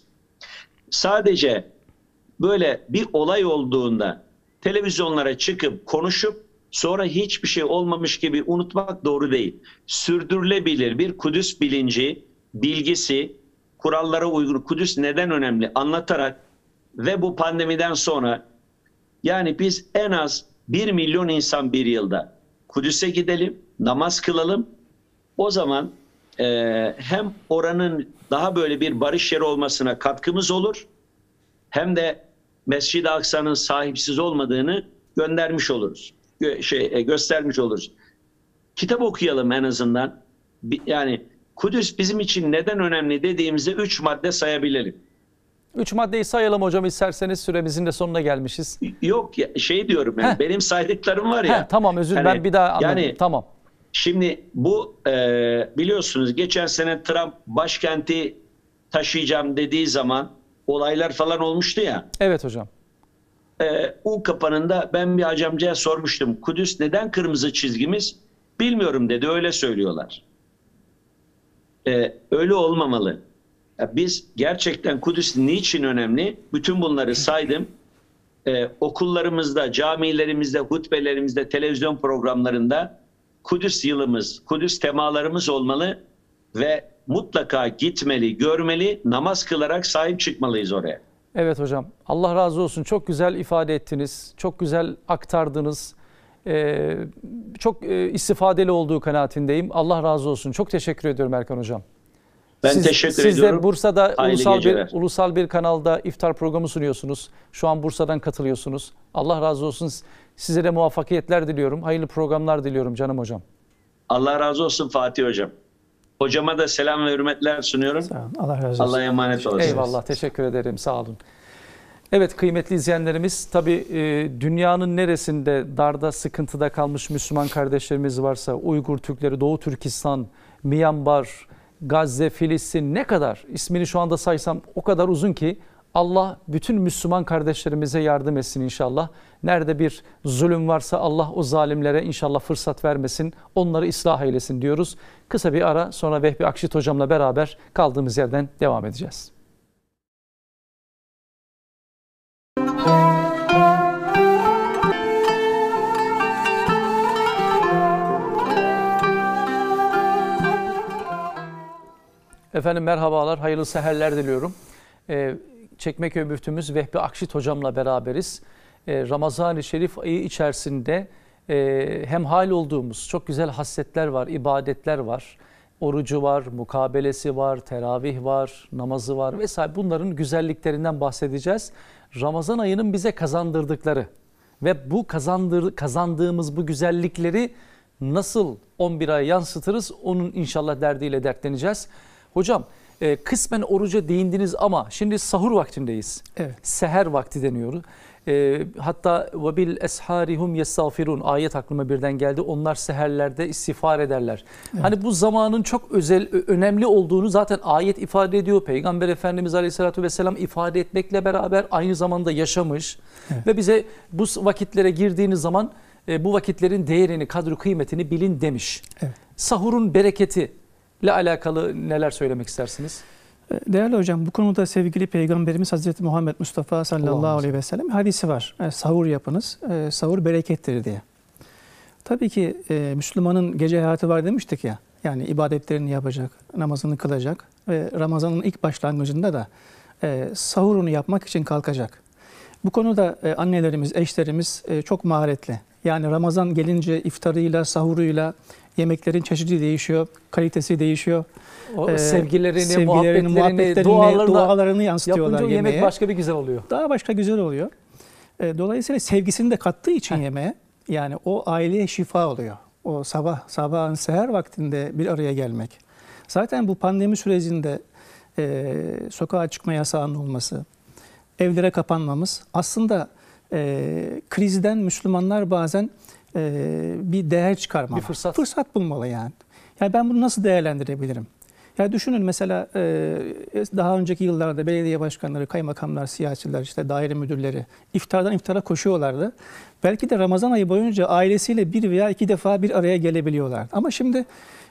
Sadece böyle bir olay olduğunda televizyonlara çıkıp konuşup sonra hiçbir şey olmamış gibi unutmak doğru değil. Sürdürülebilir bir Kudüs bilinci, bilgisi, kurallara uygun Kudüs neden önemli anlatarak ve bu pandemiden sonra yani biz en az bir milyon insan bir yılda Kudüs'e gidelim, namaz kılalım. O zaman e, hem oranın daha böyle bir barış yeri olmasına katkımız olur, hem de Mescid-i Aksa'nın sahipsiz olmadığını göndermiş oluruz. Gö şey e, göstermiş oluruz. Kitap okuyalım en azından. Bi yani Kudüs bizim için neden önemli dediğimizde üç madde sayabilelim. Üç maddeyi sayalım hocam isterseniz, süremizin de sonuna gelmişiz. Yok ya, şey diyorum yani Heh. benim saydıklarım var ya. Heh, tamam özür hani, ben bir daha anladım. Yani Tamam. şimdi bu e, biliyorsunuz geçen sene Trump başkenti taşıyacağım dediği zaman olaylar falan olmuştu ya. Evet hocam. E, U kapanında ben bir hacamcıya sormuştum. Kudüs neden kırmızı çizgimiz? Bilmiyorum dedi, öyle söylüyorlar. E, öyle olmamalı. Ya biz gerçekten Kudüs niçin önemli? Bütün bunları saydım. Ee, okullarımızda, camilerimizde, hutbelerimizde, televizyon programlarında Kudüs yılımız, Kudüs temalarımız olmalı ve mutlaka gitmeli, görmeli, namaz kılarak sahip çıkmalıyız oraya. Evet hocam. Allah razı olsun. Çok güzel ifade ettiniz. Çok güzel aktardınız. Ee, çok e, istifadeli olduğu kanaatindeyim. Allah razı olsun. Çok teşekkür ediyorum Erkan hocam. Ben siz, teşekkür siz ediyorum. Siz de Bursa'da Hayırlı ulusal geceler. bir, ulusal bir kanalda iftar programı sunuyorsunuz. Şu an Bursa'dan katılıyorsunuz. Allah razı olsun. Size de muvaffakiyetler diliyorum. Hayırlı programlar diliyorum canım hocam. Allah razı olsun Fatih hocam. Hocama da selam ve hürmetler sunuyorum. Sağ olun. Allah razı olsun. Allah'a emanet olun. Eyvallah. Teşekkür ederim. Sağ olun. Evet kıymetli izleyenlerimiz, tabii e, dünyanın neresinde darda, sıkıntıda kalmış Müslüman kardeşlerimiz varsa, Uygur Türkleri, Doğu Türkistan, Myanmar, Gazze, Filistin, ne kadar ismini şu anda saysam o kadar uzun ki Allah bütün Müslüman kardeşlerimize yardım etsin inşallah. Nerede bir zulüm varsa Allah o zalimlere inşallah fırsat vermesin, onları ıslah eylesin diyoruz. Kısa bir ara, sonra Vehbi Akşit hocamla beraber kaldığımız yerden devam edeceğiz. Efendim merhabalar, hayırlı seherler diliyorum. Ee, Çekmeköy müftümüz Vehbi Akşit hocamla beraberiz. Ee, Ramazan-ı Şerif ayı içerisinde e, hemhal olduğumuz çok güzel hasletler var, ibadetler var. Orucu var, mukabelesi var, teravih var, namazı var vesaire. Bunların güzelliklerinden bahsedeceğiz. Ramazan ayının bize kazandırdıkları ve bu kazandır, kazandığımız bu güzellikleri nasıl on bir ay yansıtırız, onun inşallah derdiyle dertleneceğiz. Hocam e, kısmen oruca değindiniz ama şimdi sahur vaktindeyiz. Evet. Seher vakti deniyor. E, hatta وَبِالْ اَسْحَارِهُمْ يَسْتَغْفِرُونَ ayet aklıma birden geldi. Onlar seherlerde istiğfar ederler. Evet. Hani bu zamanın çok özel, önemli olduğunu zaten ayet ifade ediyor. Peygamber Efendimiz Aleyhisselatü Vesselam ifade etmekle beraber aynı zamanda yaşamış. Evet. Ve bize bu vakitlere girdiğiniz zaman e, bu vakitlerin değerini, kadri kıymetini bilin demiş. Evet. Sahurun bereketi ile alakalı neler söylemek istersiniz? Değerli hocam, bu konuda sevgili Peygamberimiz Hazreti Muhammed Mustafa sallallahu aleyhi ve sellem hadisi var. E, sahur yapınız, e, sahur berekettir diye. Tabii ki e, Müslümanın gece hayatı var demiştik ya. Yani ibadetlerini yapacak, namazını kılacak ve Ramazan'ın ilk başlangıcında da e, sahurunu yapmak için kalkacak. Bu konuda e, annelerimiz, eşlerimiz e, çok maharetli. Yani Ramazan gelince iftarıyla, sahuruyla yemeklerin çeşidi değişiyor, kalitesi değişiyor. O ee, sevgilerini, sevgilerini, muhabbetlerini, muhabbetlerini, dualarını, dualarını yansıtıyorlar yapınca yemeğe. yemek başka bir güzel oluyor. Daha başka güzel oluyor. E, dolayısıyla sevgisini de kattığı için yemeğe, yani o aileye şifa oluyor. O sabah, sabahın seher vaktinde bir araya gelmek. Zaten bu pandemi sürecinde e, sokağa çıkma yasağının olması, evlere kapanmamız aslında e, krizden Müslümanlar bazen e, bir değer çıkarmalı. Bir fırsat. Fırsat bulmalı yani. Yani ben bunu nasıl değerlendirebilirim? Ya düşünün mesela e, daha önceki yıllarda belediye başkanları, kaymakamlar, siyasiler, işte daire müdürleri iftardan iftara koşuyorlardı. Belki de Ramazan ayı boyunca ailesiyle bir veya iki defa bir araya gelebiliyorlar. Ama şimdi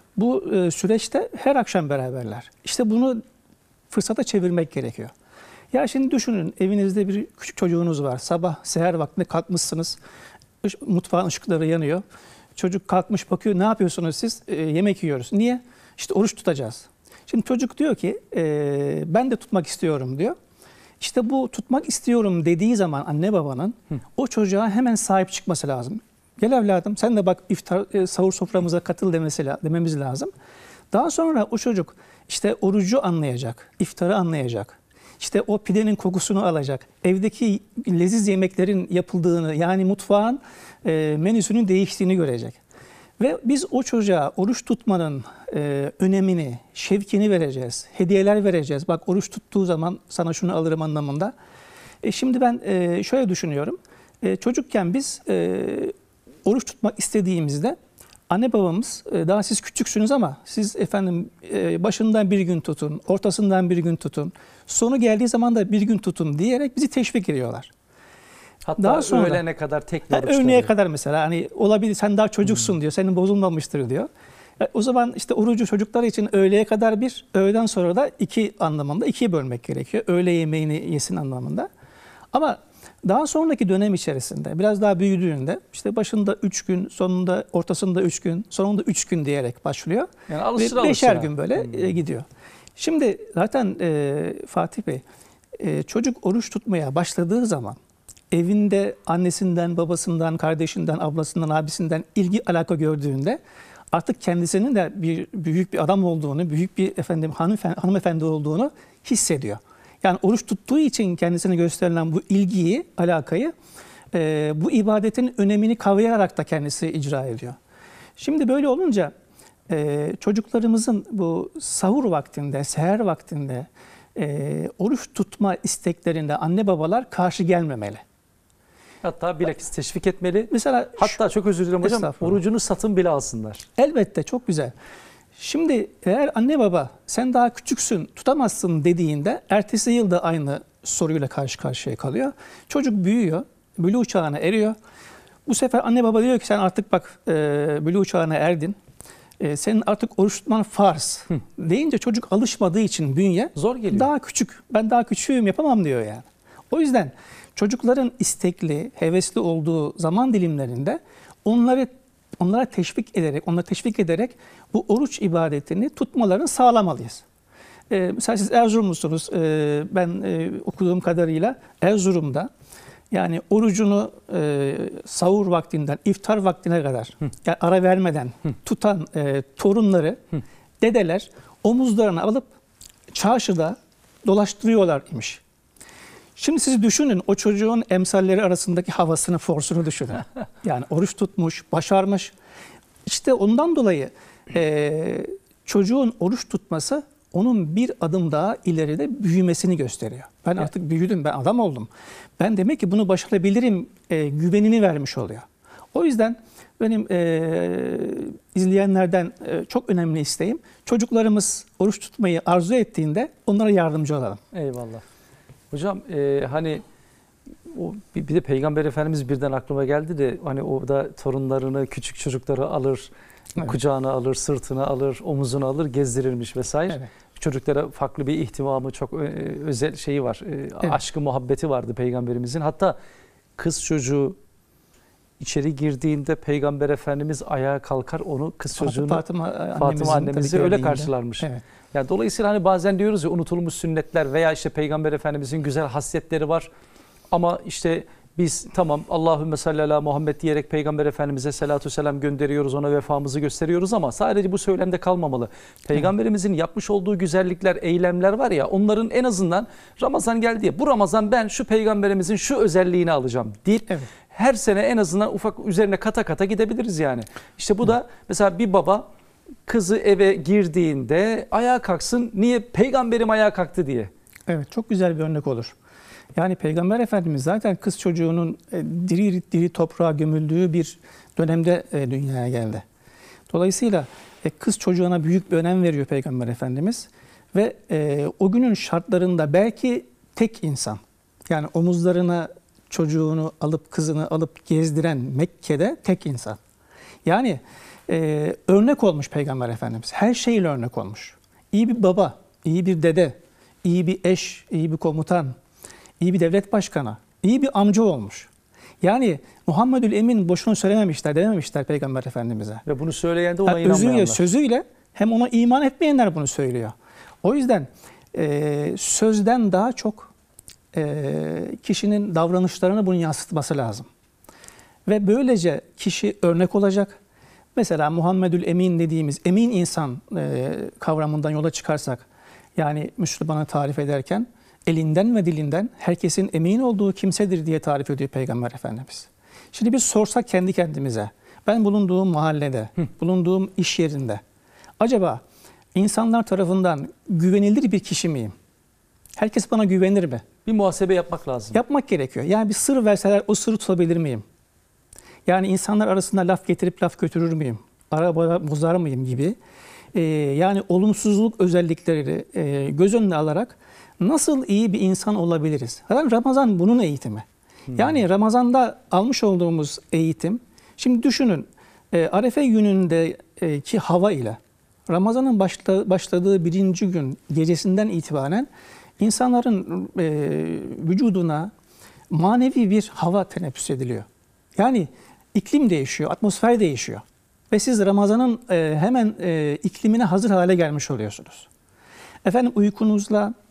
bu e, süreçte her akşam beraberler. İşte bunu fırsata çevirmek gerekiyor. Ya şimdi düşünün, evinizde bir küçük çocuğunuz var. Sabah seher vaktinde kalkmışsınız. Mutfağın ışıkları yanıyor. Çocuk kalkmış bakıyor. Ne yapıyorsunuz siz? E, yemek yiyoruz. Niye? İşte oruç tutacağız. Şimdi çocuk diyor ki e, ben de tutmak istiyorum diyor. İşte bu tutmak istiyorum dediği zaman anne babanın Hı. o çocuğa hemen sahip çıkması lazım. Gel evladım sen de bak iftar e, sahur soframıza katıl demesi, dememiz lazım. Daha sonra o çocuk işte orucu anlayacak, iftarı anlayacak. İşte o pidenin kokusunu alacak. Evdeki leziz yemeklerin yapıldığını, yani mutfağın e, menüsünün değiştiğini görecek. Ve biz o çocuğa oruç tutmanın e, önemini, şevkini vereceğiz. Hediyeler vereceğiz. Bak oruç tuttuğu zaman sana şunu alırım anlamında. E, şimdi ben e, şöyle düşünüyorum. E, çocukken biz e, oruç tutmak istediğimizde anne babamız e, daha siz küçüksünüz ama siz efendim e, başından bir gün tutun, ortasından bir gün tutun, sonu geldiği zaman da bir gün tutun diyerek bizi teşvik ediyorlar. Hatta daha sonra, öğlene kadar tek oruç. Öğleye kadar mesela hani olabilir sen daha çocuksun hmm. diyor, senin bozulmamıştır diyor. E, o zaman işte orucu çocuklar için öğleye kadar bir, öğleden sonra da iki anlamında ikiye bölmek gerekiyor. Öğle yemeğini yesin anlamında. Ama daha sonraki dönem içerisinde biraz daha büyüdüğünde işte başında üç gün, sonunda ortasında üç gün, sonunda üç gün diyerek başlıyor. Yani alışır ve beşer alışır gün böyle hmm. gidiyor. Şimdi zaten e, Fatih Bey, e, çocuk oruç tutmaya başladığı zaman evinde annesinden, babasından, kardeşinden, ablasından, abisinden ilgi alaka gördüğünde artık kendisinin de bir büyük bir adam olduğunu, büyük bir efendim hanımefendi, hanımefendi olduğunu hissediyor. Yani oruç tuttuğu için kendisine gösterilen bu ilgiyi, alakayı, e, bu ibadetin önemini kavrayarak da kendisi icra ediyor. Şimdi böyle olunca e, çocuklarımızın bu sahur vaktinde, seher vaktinde e, oruç tutma isteklerinde anne babalar karşı gelmemeli. Hatta bilakis teşvik etmeli. Mesela hatta çok özür dilerim hocam, orucunu satın bile alsınlar. Elbette, çok güzel. Şimdi eğer anne baba sen daha küçüksün, tutamazsın dediğinde ertesi yılda aynı soruyla karşı karşıya kalıyor. Çocuk büyüyor, buluğ çağına eriyor. Bu sefer anne baba diyor ki sen artık bak e, buluğ çağına erdin. E, senin artık oruç tutman farz. Hı. Deyince çocuk alışmadığı için bünye zor geliyor. Daha küçük, ben daha küçüğüm yapamam diyor yani. O yüzden çocukların istekli, hevesli olduğu zaman dilimlerinde onları onlara teşvik ederek, onları teşvik ederek bu oruç ibadetini tutmalarını sağlamalıyız. Ee, mesela siz Erzurumlusunuz. Ee, ben e, okuduğum kadarıyla Erzurum'da yani orucunu e, sahur vaktinden iftar vaktine kadar yani ara vermeden tutan e, torunları, dedeler omuzlarına alıp çarşıda dolaştırıyorlar imiş. Şimdi siz düşünün o çocuğun emsalleri arasındaki havasını, forsunu düşünün. Yani oruç tutmuş, başarmış. İşte ondan dolayı e, çocuğun oruç tutması onun bir adım daha ileride büyümesini gösteriyor. Ben artık büyüdüm, ben adam oldum. Ben demek ki bunu başarabilirim e, güvenini vermiş oluyor. O yüzden benim e, izleyenlerden e, çok önemli isteğim çocuklarımız oruç tutmayı arzu ettiğinde onlara yardımcı olalım. Eyvallah. Hocam e, hani o, bir, bir de Peygamber Efendimiz birden aklıma geldi de hani o da torunlarını, küçük çocukları alır, evet. kucağına alır, sırtına alır, omuzuna alır, gezdirirmiş vesaire. Evet. Çocuklara farklı bir ihtimamı, çok özel şeyi var. Evet. Aşkı, muhabbeti vardı Peygamberimizin. Hatta kız çocuğu içeri girdiğinde Peygamber Efendimiz ayağa kalkar, onu kız çocuğunu Fatıma, Fatıma annemizi öyle karşılarmış. Evet. Yani dolayısıyla hani bazen diyoruz ya unutulmuş sünnetler veya işte Peygamber Efendimizin güzel hasletleri var. Ama işte biz tamam Allahümme salli ala Muhammed diyerek Peygamber Efendimiz'e salatu selam gönderiyoruz, ona vefamızı gösteriyoruz ama sadece bu söylemde kalmamalı. Peygamberimizin evet. yapmış olduğu güzellikler, eylemler var ya, onların en azından Ramazan geldi ya, bu Ramazan ben şu Peygamberimizin şu özelliğini alacağım deyip evet. her sene en azından ufak üzerine kata kata gidebiliriz yani. İşte bu evet. da mesela bir baba kızı eve girdiğinde ayağa kalksın. Niye? Peygamberim ayağa kalktı diye. Evet, çok güzel bir örnek olur. Yani Peygamber Efendimiz zaten kız çocuğunun diri diri toprağa gömüldüğü bir dönemde dünyaya geldi. Dolayısıyla kız çocuğuna büyük bir önem veriyor Peygamber Efendimiz. Ve o günün şartlarında belki tek insan, yani omuzlarına çocuğunu alıp kızını alıp gezdiren Mekke'de tek insan. Yani Ee, örnek olmuş Peygamber Efendimiz. Her şeyle örnek olmuş. İyi bir baba, iyi bir dede, iyi bir eş, iyi bir komutan, iyi bir devlet başkanı, iyi bir amca olmuş. Yani Muhammedül Emin boşuna söylememişler, dememişler Peygamber Efendimiz'e. Ve bunu söyleyen de ona yani inanmayanlar. Özüyle, sözüyle hem ona iman etmeyenler bunu söylüyor. O yüzden e, sözden daha çok e, kişinin davranışlarını bunu yansıtması lazım. Ve böylece kişi örnek olacak. Mesela Muhammedül Emin dediğimiz emin insan e, kavramından yola çıkarsak, yani Müslümanı tarif ederken elinden ve dilinden herkesin emin olduğu kimsedir diye tarif ediyor Peygamber Efendimiz. Şimdi biz sorsak kendi kendimize, ben bulunduğum mahallede, Hı. bulunduğum iş yerinde acaba insanlar tarafından güvenilir bir kişi miyim? Herkes bana güvenir mi? Bir muhasebe yapmak lazım. Yapmak gerekiyor. Yani bir sır verseler o sırrı tutabilir miyim? Yani insanlar arasında laf getirip laf götürür müyüm? Araba bozar mıyım gibi. Ee, yani olumsuzluk özellikleri e, göz önüne alarak nasıl iyi bir insan olabiliriz? Zaten Ramazan bunun eğitimi. Hmm. Yani Ramazan'da almış olduğumuz eğitim, şimdi düşünün e, Arefe günündeki hava ile Ramazan'ın başla, başladığı birinci gün gecesinden itibaren insanların e, vücuduna manevi bir hava teneffüs ediliyor. Yani iklim değişiyor, atmosfer değişiyor. Ve siz Ramazan'ın e, hemen e, iklimine hazır hale gelmiş oluyorsunuz. Efendim uykunuzla,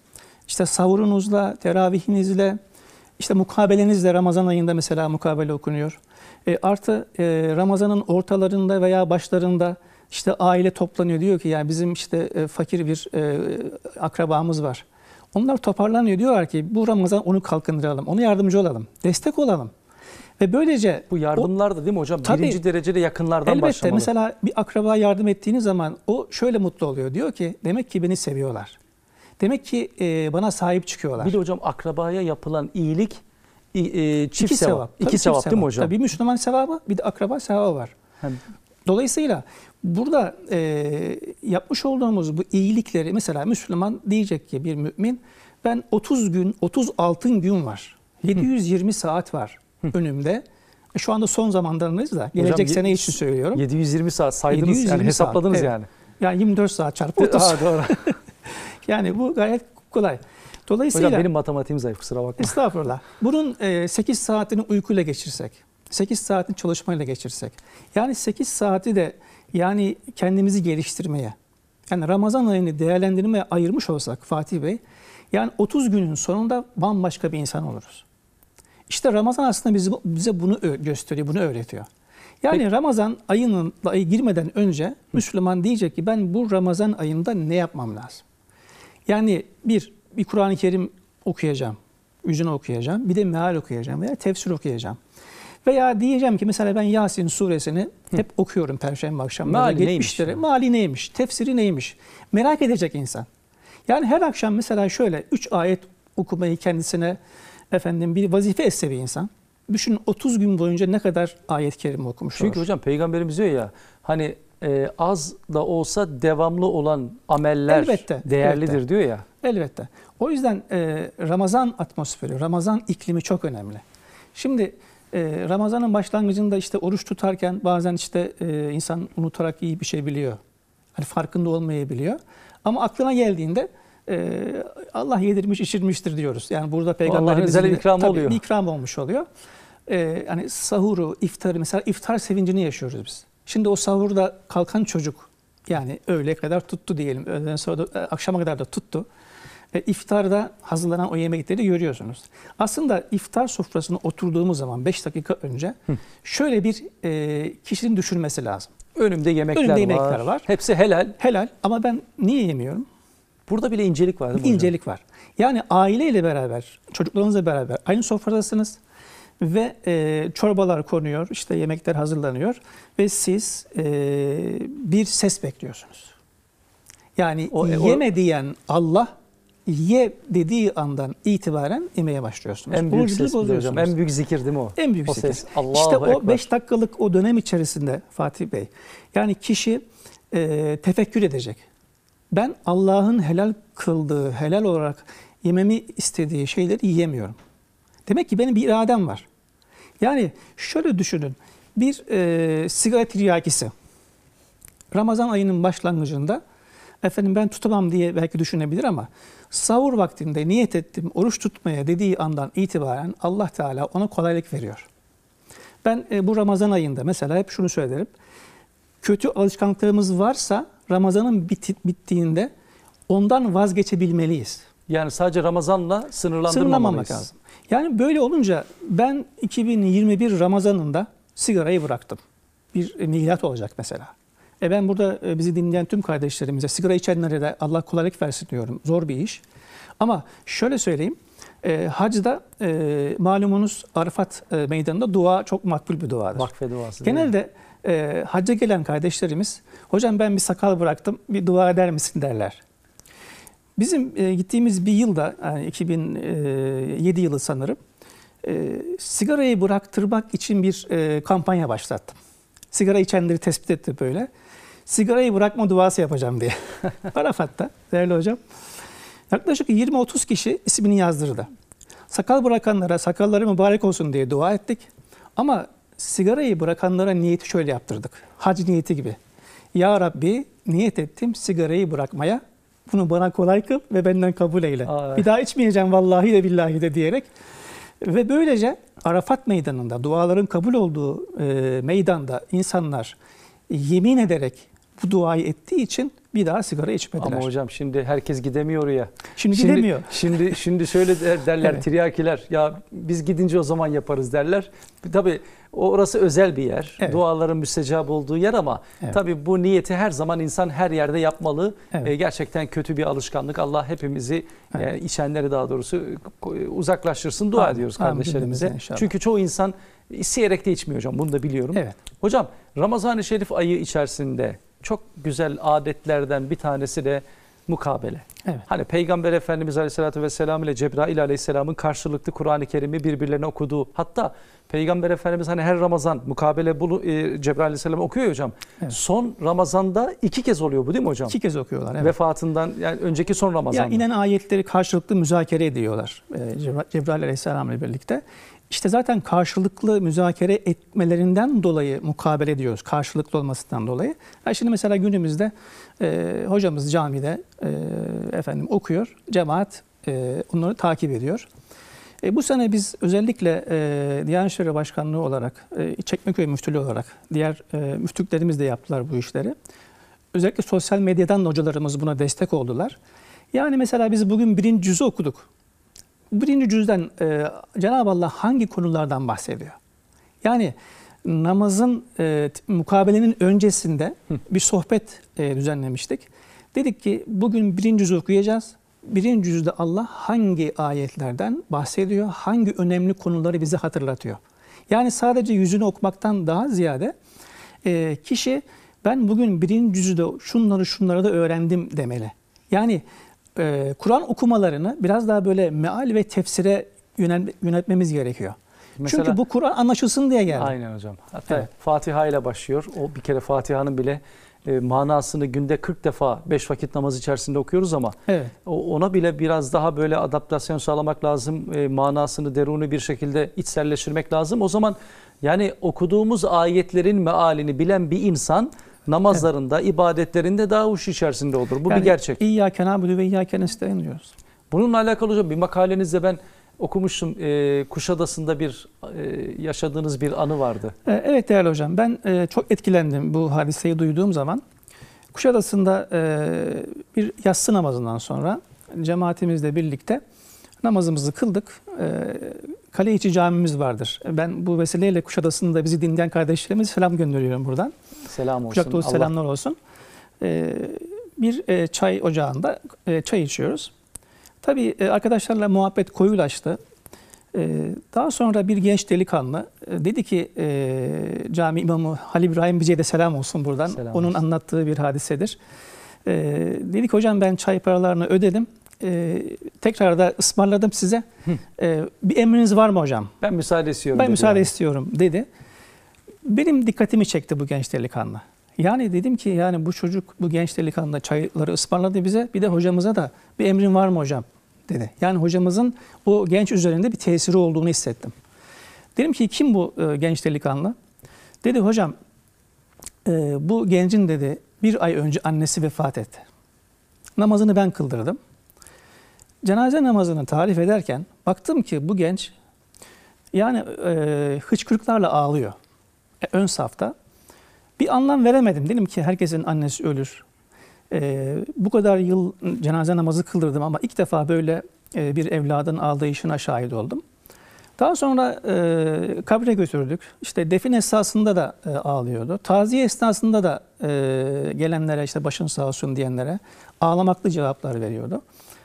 işte sahurunuzla, teravihinizle, işte mukabelenizle, Ramazan ayında mesela mukabele okunuyor. E, artı e, Ramazan'ın ortalarında veya başlarında işte aile toplanıyor, diyor ki yani bizim işte e, fakir bir e, akrabamız var. Onlar toparlanıyor, diyorlar ki bu Ramazan onu kalkındıralım, ona yardımcı olalım, destek olalım. Ve böylece Bu yardımlar da değil mi hocam? Tabii, birinci derecede yakınlardan elbette, başlamalı. mesela bir akraba yardım ettiğiniz zaman o şöyle mutlu oluyor. Diyor ki demek ki beni seviyorlar. Demek ki e, bana sahip çıkıyorlar. Bir de hocam akrabaya yapılan iyilik e, e, çift İki sevap. sevap. İki Tabii sevap çift değil mi hocam? Tabii bir Müslüman sevabı, bir de akraba sevabı var. Hem, Dolayısıyla burada e, yapmış olduğumuz bu iyilikleri, mesela Müslüman diyecek ki bir mümin, ben otuz gün, otuz altın gün var. yedi yüz yirmi saat var önümde. E, şu anda son zamanlarındayız da gelecek hocam, sene için söylüyorum. yedi yüz yirmi saat saydınız, yedi yüz yirmi yani hesapladınız saat, yani. Evet. Yani yirmi dört saat çarpı otuz. Ha, doğru. Yani bu gayet kolay. Dolayısıyla Hocam benim matematiğim zayıf, kusura bakma. estağfurullah. Bunun e, sekiz saatini uykuyla geçirsek, sekiz saatini çalışmayla geçirsek, yani sekiz saati de yani kendimizi geliştirmeye, yani Ramazan ayını değerlendirmeye ayırmış olsak Fatih Bey, yani otuz günün sonunda bambaşka bir insan oluruz. İşte Ramazan aslında bize, bize bunu gösteriyor, bunu öğretiyor. Yani Peki. Ramazan ayının ayı girmeden önce Müslüman diyecek ki ben bu Ramazan ayında ne yapmam lazım? Yani bir, bir Kur'an-ı Kerim okuyacağım, yüzünü okuyacağım, bir de meal okuyacağım veya tefsir okuyacağım. Veya diyeceğim ki mesela ben Yasin suresini Hı. hep okuyorum Perşembe akşamları. Meali neymiş? Yani? Meali neymiş? Tefsiri neymiş? Merak edecek insan. Yani her akşam mesela şöyle üç ayet okumayı kendisine efendim bir vazife etse bir insan. Düşünün otuz gün boyunca ne kadar ayet-i kerime okumuş Çünkü olur. hocam Peygamberimiz diyor ya hani e, az da olsa devamlı olan ameller elbette, değerlidir elbette. diyor ya. Elbette. O yüzden e, Ramazan atmosferi, Ramazan iklimi çok önemli. Şimdi e, Ramazan'ın başlangıcında işte oruç tutarken bazen işte e, insan unutarak iyi bir şey biliyor. Hani farkında olmayabiliyor. Ama aklına geldiğinde e, Allah yedirmiş içirmiştir diyoruz. Yani burada Peygamberimizin Allah'ın ikramı oluyor. Bir ikram olmuş oluyor. E, hani sahuru, iftarı, mesela iftar sevincini yaşıyoruz biz. Şimdi o sahurda kalkan çocuk, yani öğleye kadar tuttu diyelim. Öğleden sonra da, akşama kadar da tuttu. E, iftarda hazırlanan o yemekleri görüyorsunuz. Aslında iftar sofrasına oturduğumuz zaman beş dakika önce Hı. şöyle bir e, kişinin düşünmesi lazım. Önümde yemekler, Önümde var. yemekler var. Hepsi helal. Helal ama ben niye yemiyorum? Burada bile incelik var değil mi bir incelik hocam? Var. Yani aileyle beraber, çocuklarınızla beraber aynı sofradasınız. Ve e, çorbalar konuyor, işte yemekler hazırlanıyor ve siz e, bir ses bekliyorsunuz. Yani o, yeme o, diyen Allah, ye dediği andan itibaren yemeye başlıyorsunuz. En büyük ses hocam, en büyük zikir değil mi o? En büyük o zikir. Ses. Allahu işte Ekber. o beş dakikalık o dönem içerisinde Fatih Bey, yani kişi e, tefekkür edecek. Ben Allah'ın helal kıldığı, helal olarak yememi istediği şeyleri yiyemiyorum. Demek ki benim bir iradem var. Yani şöyle düşünün, bir e, sigara tiryakisi Ramazan ayının başlangıcında efendim ben tutamam diye belki düşünebilir ama sahur vaktinde niyet ettim oruç tutmaya dediği andan itibaren Allah Teala ona kolaylık veriyor. Ben e, bu Ramazan ayında mesela hep şunu söylerim, kötü alışkanlıklarımız varsa Ramazan'ın bit bittiğinde ondan vazgeçebilmeliyiz. Yani sadece Ramazan'la sınırlandırmamalıyız. lazım. Yani böyle olunca ben iki bin yirmi bir Ramazan'ında sigarayı bıraktım. Bir milat olacak mesela. E ben burada bizi dinleyen tüm kardeşlerimize, sigara içenlere de Allah kolaylık versin diyorum. Zor bir iş. Ama şöyle söyleyeyim. E, hacda e, malumunuz Arafat e, meydanında dua çok makbul bir duadır. Vakfe duası. Genelde e, hacca gelen kardeşlerimiz, hocam ben bir sakal bıraktım, bir dua eder misin derler. Bizim e, gittiğimiz bir yılda, yani iki bin yedi yılı sanırım, e, sigarayı bıraktırmak için bir e, kampanya başlattım. Sigara içenleri tespit etti böyle. Sigarayı bırakma duası yapacağım diye. Arafat'ta, değerli hocam. Yaklaşık yirmi otuz kişi ismini yazdırdı. Sakal bırakanlara sakalları mübarek olsun diye dua ettik. Ama sigarayı bırakanlara niyeti şöyle yaptırdık. Hac niyeti gibi. Ya Rabbi niyet ettim sigarayı bırakmaya. Bunu bana kolay kıl ve benden kabul eyle. Aa, bir daha içmeyeceğim vallahi de billahi de diyerek. Ve böylece Arafat meydanında, duaların kabul olduğu e, meydanda insanlar yemin ederek bu duayı ettiği için bir daha sigara içmediler. Ama hocam şimdi herkes gidemiyor oraya. Şimdi, şimdi gidemiyor. Şimdi şimdi şöyle derler Evet. tiryakiler. Ya biz gidince o zaman yaparız derler. Tabii orası özel bir yer. Evet. Duaların müstecap olduğu yer ama Evet. tabii bu niyeti her zaman insan her yerde yapmalı. Evet. E, gerçekten kötü bir alışkanlık. Allah hepimizi Evet. yani içenleri daha doğrusu uzaklaştırsın. Dua Amin. ediyoruz Amin. kardeşlerimize. Cümlemize inşallah. Çünkü çoğu insan isteyerek de içmiyor hocam. Bunu da biliyorum. Evet. Hocam Ramazan-ı Şerif ayı içerisinde çok güzel adetlerden bir tanesi de mukabele. Evet. Hani Peygamber Efendimiz Aleyhisselatü Vesselam ile Cebrail Aleyhisselam'ın karşılıklı Kur'an-ı Kerim'i birbirlerine okuduğu, hatta Peygamber Efendimiz hani her Ramazan mukabele bulu, e, Cebrail Aleyhisselam okuyor ya hocam. Evet. Son Ramazan'da iki kez oluyor bu değil mi hocam? İki kez okuyorlar. Evet. Vefatından yani önceki son Ramazan'da. Ya inen ayetleri karşılıklı müzakere ediyorlar e, Cebra- Cebrail Aleyhisselam ile birlikte. İşte zaten karşılıklı müzakere etmelerinden dolayı mukabele ediyoruz. Karşılıklı olmasından dolayı. Ya şimdi mesela günümüzde e, hocamız camide e, efendim okuyor. Cemaat e, onları takip ediyor. E, bu sene biz özellikle e, Diyanet İşleri Başkanlığı olarak, e, Çekmeköy Müftülüğü olarak, diğer e, müftülüklerimiz de yaptılar bu işleri. Özellikle sosyal medyadan hocalarımız buna destek oldular. Yani mesela biz bugün birinci cüzü okuduk. Birinci cüzden e, Cenab-ı Allah hangi konulardan bahsediyor? Yani namazın e, mukabelenin öncesinde bir sohbet e, düzenlemiştik. Dedik ki bugün birinci cüzü okuyacağız. Birinci cüzde Allah hangi ayetlerden bahsediyor? Hangi önemli konuları bize hatırlatıyor? Yani sadece yüzünü okumaktan daha ziyade e, kişi ben bugün birinci cüzde şunları şunları da öğrendim demeli. Yani Ee, Kur'an okumalarını biraz daha böyle meal ve tefsire yönel- yöneltmemiz gerekiyor. Mesela- Çünkü bu Kur'an anlaşılsın diye geldi. Aynen hocam. Hatta Evet. Fatiha ile başlıyor. O bir kere Fatiha'nın bile e, manasını günde kırk defa beş vakit namaz içerisinde okuyoruz ama Evet. o- ona bile biraz daha böyle adaptasyon sağlamak lazım. E, manasını deruni bir şekilde içselleştirmek lazım. O zaman yani okuduğumuz ayetlerin mealini bilen bir insan namazlarında, ibadetlerinde daha huş içerisinde olur. Bu Yani bir gerçek. İyyâke na'budu ve iyyâke nestaîn diyoruz. Bununla alakalı hocam bir makalenizde ben okumuştum. E, Kuşadası'nda bir e, yaşadığınız bir anı vardı. Ee, Evet değerli hocam, ben e, çok etkilendim bu hadiseyi duyduğum zaman. Kuşadası'nda e, bir yatsı namazından sonra cemaatimizle birlikte namazımızı kıldık. E, Kale içi camimiz vardır. Ben bu vesileyle Kuşadası'nda bizi dinleyen kardeşlerimize selam gönderiyorum buradan. Selam olsun. Kucak dolusu Allah- selamlar olsun. Ee, bir e, çay ocağında e, çay içiyoruz. Tabii e, arkadaşlarla muhabbet koyulaştı. E, daha sonra bir genç delikanlı e, dedi ki e, cami imamı Halil İbrahim Bice'ye de selam olsun buradan. Selam Onun olsun. anlattığı bir hadisedir. E, dedi ki hocam ben çay paralarını ödedim. E, tekrar da ısmarladım size. E, bir emriniz var mı hocam? Ben müsaade istiyorum. Ben dedi müsaade yani. istiyorum dedi. Benim dikkatimi çekti bu genç delikanlı. Yani dedim ki yani bu çocuk, bu genç delikanlı çayları ısmarladı bize. Bir de hocamıza da bir emrin var mı hocam dedi. Yani hocamızın o genç üzerinde bir tesiri olduğunu hissettim. Dedim ki kim bu e, genç delikanlı? Dedi hocam e, bu gencin dedi bir ay önce annesi vefat etti. Namazını ben kıldırdım. Cenaze namazını tarif ederken baktım ki bu genç yani e, hıçkırıklarla ağlıyor. E, ön safta. Bir anlam veremedim. Dedim ki herkesin annesi ölür. E, bu kadar yıl cenaze namazı kıldırdım ama ilk defa böyle e, bir evladın ağlayışına şahit oldum. Daha sonra e, kabre götürdük. İşte defin esnasında da e, ağlıyordu. Taziye esnasında da e, gelenlere işte başın sağ olsun diyenlere ağlamaklı cevaplar veriyordu.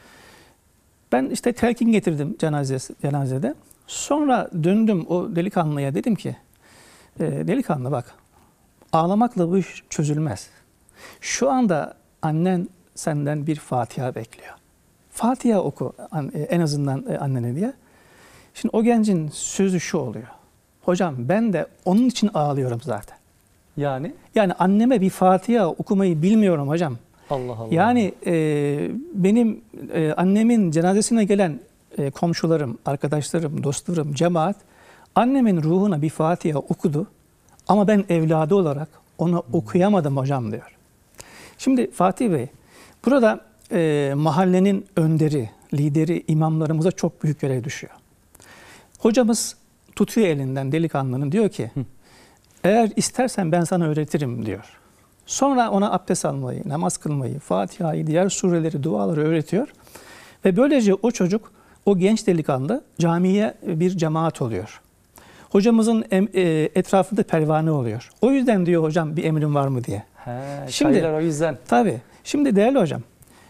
Ben işte telkin getirdim cenazesi, cenazede. Sonra döndüm o delikanlıya dedim ki e, delikanlı bak ağlamakla bu iş çözülmez. Şu anda annen senden bir Fatiha bekliyor. Fatiha oku en azından annene diye. Şimdi o gencin sözü şu oluyor. Hocam ben de onun için ağlıyorum zaten. Yani Yani anneme bir Fatiha okumayı bilmiyorum hocam. Allah Allah. Yani e, benim e, annemin cenazesine gelen e, komşularım, arkadaşlarım, dostlarım, cemaat annemin ruhuna bir Fatiha okudu ama ben evladı olarak onu okuyamadım hocam diyor. Şimdi Fatih Bey, burada e, mahallenin önderi, lideri, imamlarımıza çok büyük görev düşüyor. Hocamız tutuyor elinden delikanlının diyor ki, eğer istersen ben sana öğretirim diyor. Sonra ona abdest almayı, namaz kılmayı, Fatiha'yı, diğer sureleri, duaları öğretiyor. Ve böylece o çocuk, o genç delikanlı camiye bir cemaat oluyor. Hocamızın etrafında pervane oluyor. O yüzden diyor hocam bir emrin var mı diye. He, Şimdi, çaylar o yüzden. Tabii. Şimdi değerli hocam,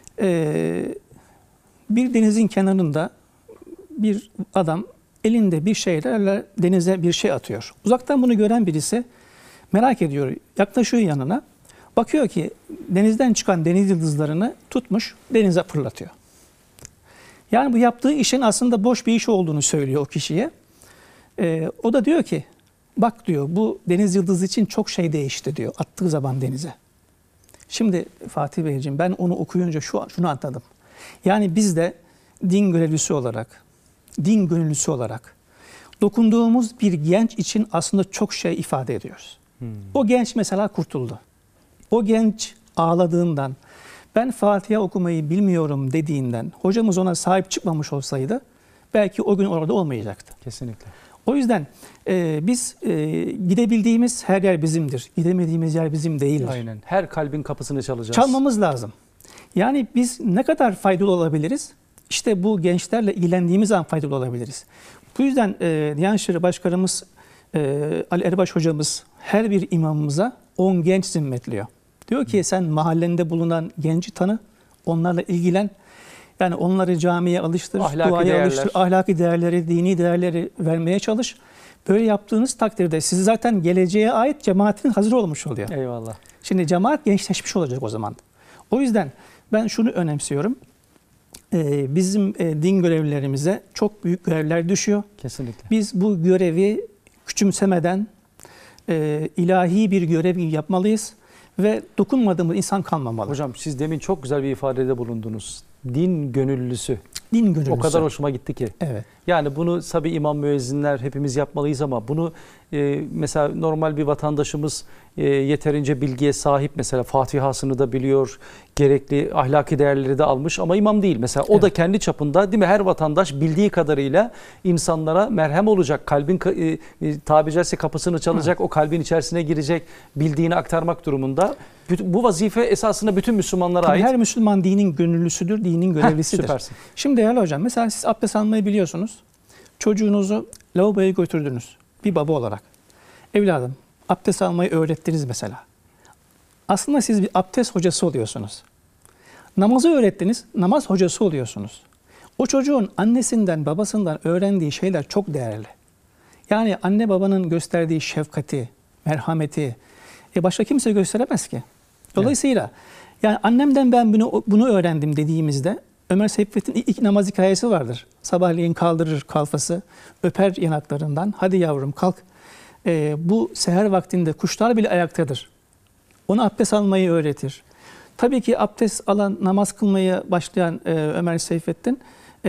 bir denizin kenarında bir adam elinde bir şeylerle denize bir şey atıyor. Uzaktan bunu gören birisi merak ediyor, yaklaşıyor yanına. Bakıyor ki denizden çıkan deniz yıldızlarını tutmuş, denize fırlatıyor. Yani bu yaptığı işin aslında boş bir iş olduğunu söylüyor o kişiye. Ee, o da diyor ki, bak diyor bu deniz yıldızı için çok şey değişti diyor attığı zaman denize. Şimdi Fatih Beyciğim ben onu okuyunca şu, şunu anladım. Yani biz de din görevlisi olarak, din gönüllüsü olarak dokunduğumuz bir genç için aslında çok şey ifade ediyoruz. Hmm. O genç mesela kurtuldu. O genç ağladığından, ben Fatiha okumayı bilmiyorum dediğinden, hocamız ona sahip çıkmamış olsaydı belki o gün orada olmayacaktı. Kesinlikle. O yüzden e, biz e, gidebildiğimiz her yer bizimdir. Gidemediğimiz yer bizim değildir. Aynen. Her kalbin kapısını çalacağız. Çalmamız lazım. Yani biz ne kadar faydalı olabiliriz? İşte bu gençlerle ilgilendiğimiz an faydalı olabiliriz. Bu yüzden e, Diyanet İşleri Başkanımız e, Ali Erbaş hocamız her bir imamımıza on genç zimmetliyor. Diyor ki sen mahallende bulunan genci tanı, onlarla ilgilen. Yani onları camiye alıştır, ahlaki duaya değerler. alıştır, ahlaki değerleri, dini değerleri vermeye çalış. Böyle yaptığınız takdirde siz zaten geleceğe ait cemaatin hazır olmuş oluyor. Eyvallah. Şimdi cemaat gençleşmiş olacak o zaman. O yüzden ben şunu önemsiyorum. Ee, bizim e, din görevlilerimize çok büyük görevler düşüyor. Kesinlikle. Biz bu görevi küçümsemeden e, ilahi bir görev yapmalıyız ve dokunmadığımız insan kalmamalı. Hocam siz demin çok güzel bir ifadede bulundunuz. Din gönüllüsü. Din gönüllüsü. O kadar hoşuma gitti ki. Evet. Yani bunu tabii imam müezzinler hepimiz yapmalıyız ama bunu e, mesela normal bir vatandaşımız e, yeterince bilgiye sahip, mesela Fatiha'sını da biliyor, gerekli ahlaki değerleri de almış ama imam değil. Mesela o evet. da kendi çapında, değil mi? Her vatandaş bildiği kadarıyla insanlara merhem olacak, kalbin e, e, tabiri caizse kapısını çalacak, Hı. o kalbin içerisine girecek, bildiğini aktarmak durumunda. Bu vazife esasında bütün Müslümanlara Tabii ait. her Müslüman dinin gönüllüsüdür, dinin görevlisidir. Heh, süpersin. Şimdi değerli hocam, mesela siz abdest almayı biliyorsunuz. Çocuğunuzu lavaboya götürdünüz bir baba olarak. Evladım, abdest almayı öğrettiniz mesela. Aslında siz bir abdest hocası oluyorsunuz. Namazı öğrettiniz, namaz hocası oluyorsunuz. O çocuğun annesinden, babasından öğrendiği şeyler çok değerli. Yani anne babanın gösterdiği şefkati, merhameti e başka kimse gösteremez ki. Dolayısıyla evet. yani annemden ben bunu bunu öğrendim dediğimizde Ömer Seyfettin ilk namaz hikayesi vardır. Sabahleyin kaldırır kalfası, öper yanaklarından. Hadi yavrum kalk. Ee, bu seher vaktinde kuşlar bile ayaktadır. Ona abdest almayı öğretir. Tabii ki abdest alan, namaz kılmaya başlayan e, Ömer Seyfettin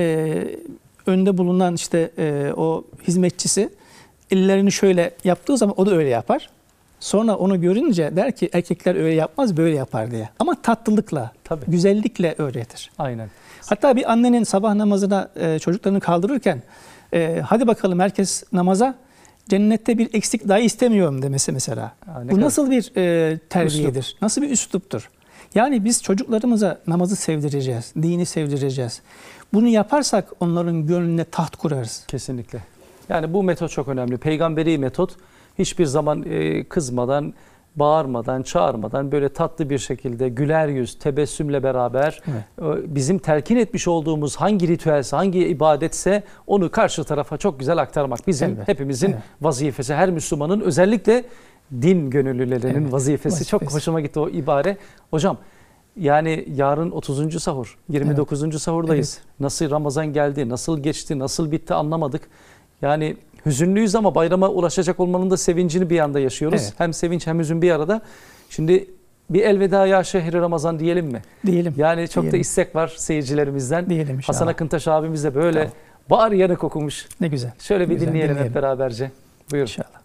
e, önde bulunan işte e, o hizmetçisi ellerini şöyle yaptığı zaman o da öyle yapar. Sonra onu görünce der ki erkekler öyle yapmaz böyle yapar diye. Ama tatlılıkla, Tabii. güzellikle öğretir. Aynen. Hatta bir annenin sabah namazına e, çocuklarını kaldırırken e, hadi bakalım herkes namaza, cennette bir eksik dahi istemiyorum demesi mesela. Ha, Bu kadar? nasıl bir e, terbiyedir? Üslup. Nasıl bir üsluptur? Yani biz çocuklarımıza namazı sevdireceğiz, dini sevdireceğiz. Bunu yaparsak onların gönlüne taht kurarız. Kesinlikle. Yani bu metot çok önemli. Peygamberi metot. Hiçbir zaman e, kızmadan, bağırmadan, çağırmadan böyle tatlı bir şekilde güler yüz, tebessümle beraber evet. e, bizim telkin etmiş olduğumuz hangi ritüelse, hangi ibadetse onu karşı tarafa çok güzel aktarmak bizim evet. hepimizin evet. vazifesi. Her Müslümanın, özellikle din gönüllülerinin evet. vazifesi. vazifesi. Çok hoşuma gitti o ibare. Hocam yani yarın otuzuncu sahur, yirmi dokuzuncu Evet. sahurdayız. Evet. Nasıl Ramazan geldi, nasıl geçti, nasıl bitti anlamadık. Yani hüzünlüyüz ama bayrama ulaşacak olmanın da sevincini bir anda yaşıyoruz. Evet. Hem sevinç hem hüzün bir arada. Şimdi bir elveda ya şehri Ramazan diyelim mi? Diyelim. Yani çok diyelim. da istek var seyircilerimizden. Diyelim inşallah. Hasan Akıntaş abimiz de böyle tamam. bağır yanık okumuş. Ne güzel. Şöyle bir güzel, dinleyelim, dinleyelim hep beraberce. Buyurun. İnşallah.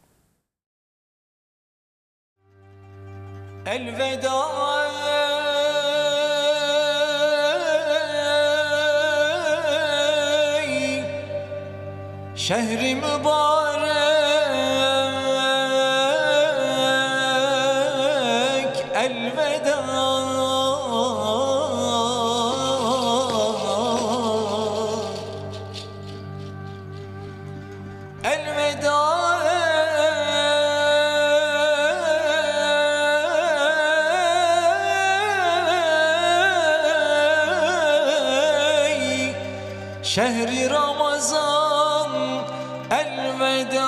Elveda şehri mübarek elveda. Şehri Ramazan elveda.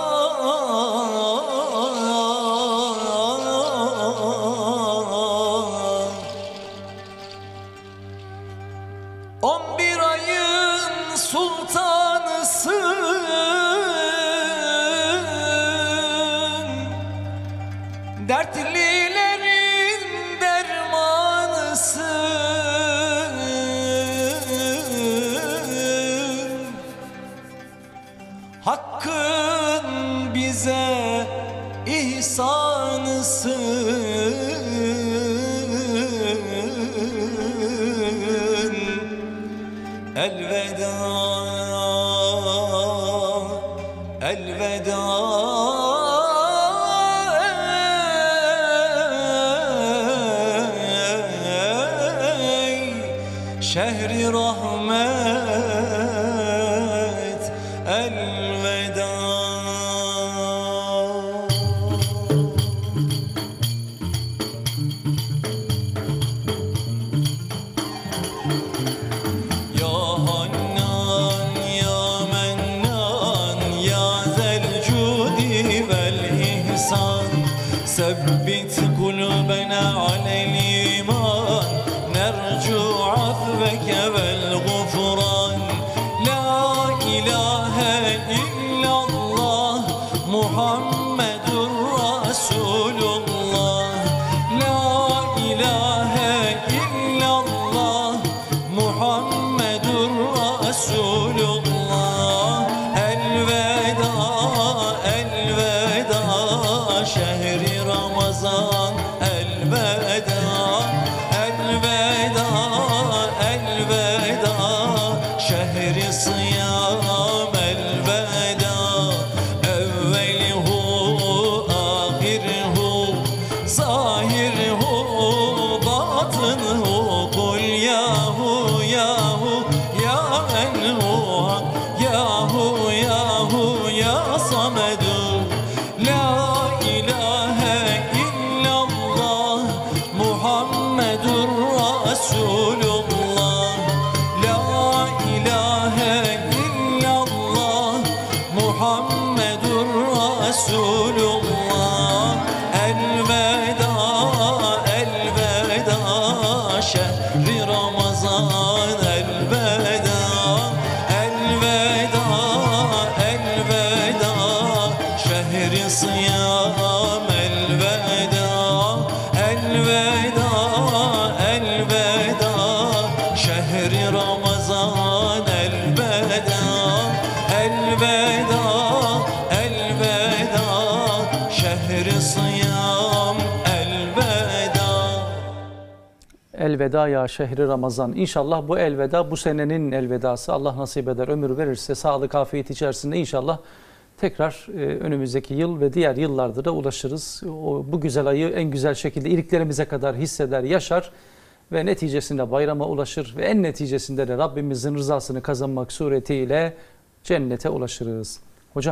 On bir ayın sultanısın, dertlilerin dermanısın. Hakkın bize ihsanısın. Elveda, elveda. Ey şehri rahmet, elveda. Ya Hannan, ya Mennan, ya Zel Cudi vel İhsan, sebbit kulubena alel iman, nercu afveke vel gufran. La ilahe illallah Muhammedur Resulullah. La ilahe illallah Muhammedur Resulullah. Elveda, elveda şehri Ramazan, elveda. Elveda, elveda şehri sıyam, elveda. Evvelihu, ahirhu, zahirhu, batınhu. Kul yahu, yahu, ya enhu, yahu, yahu, ya samedu. La ilahe illallah Muhammedur Resulullah. La ilahe illallah Muhammedur Resulullah. Elveda, elveda şehri Ramazan, elveda. Elveda, elveda şehri sıyam, elveda. Elveda, elveda şehri Ramazan, elveda. Elveda, elveda şehri sıyam, elveda. Elveda ya şehri Ramazan. İnşallah bu elveda bu senenin elvedası. Allah nasip eder, ömür verirse sağlık, afiyet içerisinde inşallah tekrar e, önümüzdeki yıl ve diğer yıllarda da ulaşırız. O, bu güzel ayı en güzel şekilde iliklerimize kadar hisseder, yaşar ve neticesinde bayrama ulaşır ve en neticesinde de Rabbimizin rızasını kazanmak suretiyle cennete ulaşırız. Hocam,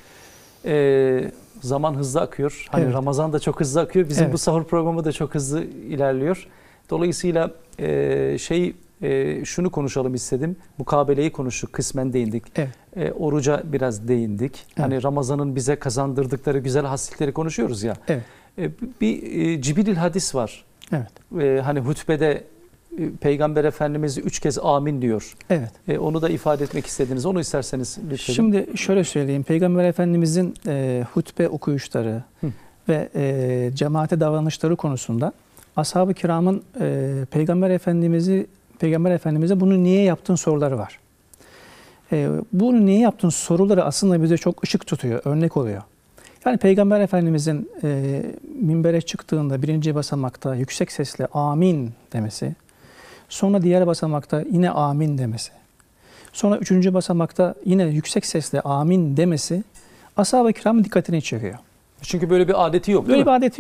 e, zaman hızlı akıyor. Hani Evet. Ramazan da çok hızlı akıyor. Bizim Evet. bu sahur programı da çok hızlı ilerliyor. Dolayısıyla e, şey e, şunu konuşalım istedim. Mukabeleyi konuştuk, kısmen değindik. Evet. E, oruca biraz değindik. Evet. Hani Ramazan'ın bize kazandırdıkları güzel hasletleri konuşuyoruz ya. Evet. E, bir e, Cibril hadis var. Evet. E, hani hutbede e, Peygamber Efendimiz üç kez amin diyor. Evet. E, onu da ifade etmek istediniz. Onu isterseniz lütfen. Şimdi şöyle söyleyeyim. Peygamber Efendimizin e, hutbe okuyuşları Hı. ve e, cemaate davranışları konusunda ashab-ı kiramın e, Peygamber Efendimiz'i Peygamber Efendimiz'e bunu niye yaptın soruları var. E, bunu niye yaptın soruları aslında bize çok ışık tutuyor, örnek oluyor. Yani Peygamber Efendimiz'in e, minbere çıktığında birinci basamakta yüksek sesle amin demesi, sonra diğer basamakta yine amin demesi, sonra üçüncü basamakta yine yüksek sesle amin demesi ashab-ı kiramın dikkatini çekiyor. Çünkü böyle bir adeti yok, değil Böyle mi? bir adeti yok.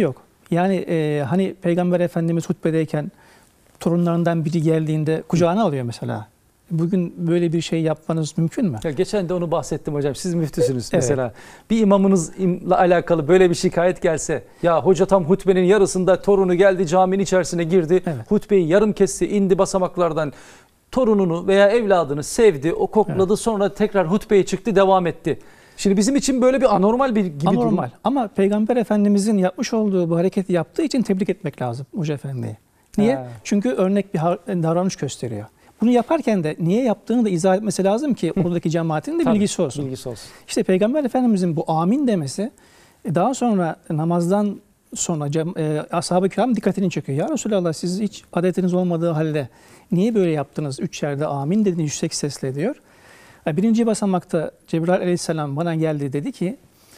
Yani e, hani Peygamber Efendimiz hutbedeyken torunlarından biri geldiğinde kucağına alıyor mesela. Bugün böyle bir şey yapmanız mümkün mü? Ya geçen de onu bahsettim hocam. Siz müftüsünüz Evet. mesela. Bir imamınızla alakalı böyle bir şikayet gelse, ya hoca tam hutbenin yarısında torunu geldi caminin içerisine girdi. Evet. Hutbeyi yarım kesti, indi basamaklardan. Torununu veya evladını sevdi, o kokladı, Evet. sonra tekrar hutbeye çıktı, devam etti. Şimdi bizim için böyle bir anormal bir gibi Anormal. durum. Ama Peygamber Efendimizin yapmış olduğu bu hareketi yaptığı için tebrik etmek lazım Hoca Efendi'yi. Niye? Ha. Çünkü örnek bir davranış gösteriyor. Bunu yaparken de niye yaptığını da izah etmesi lazım ki oradaki cemaatin de Tabii, bilgisi olsun. Bilgisi olsun. İşte Peygamber Efendimizin bu amin demesi daha sonra namazdan sonra cem, e, ashab-ı kiram dikkatini çekiyor. Ya Resulallah, siz hiç adetiniz olmadığı halde niye böyle yaptınız? Üç yerde amin dediniz yüksek sesle diyor. Birinci basamakta Cebrail aleyhisselam bana geldi, dedi ki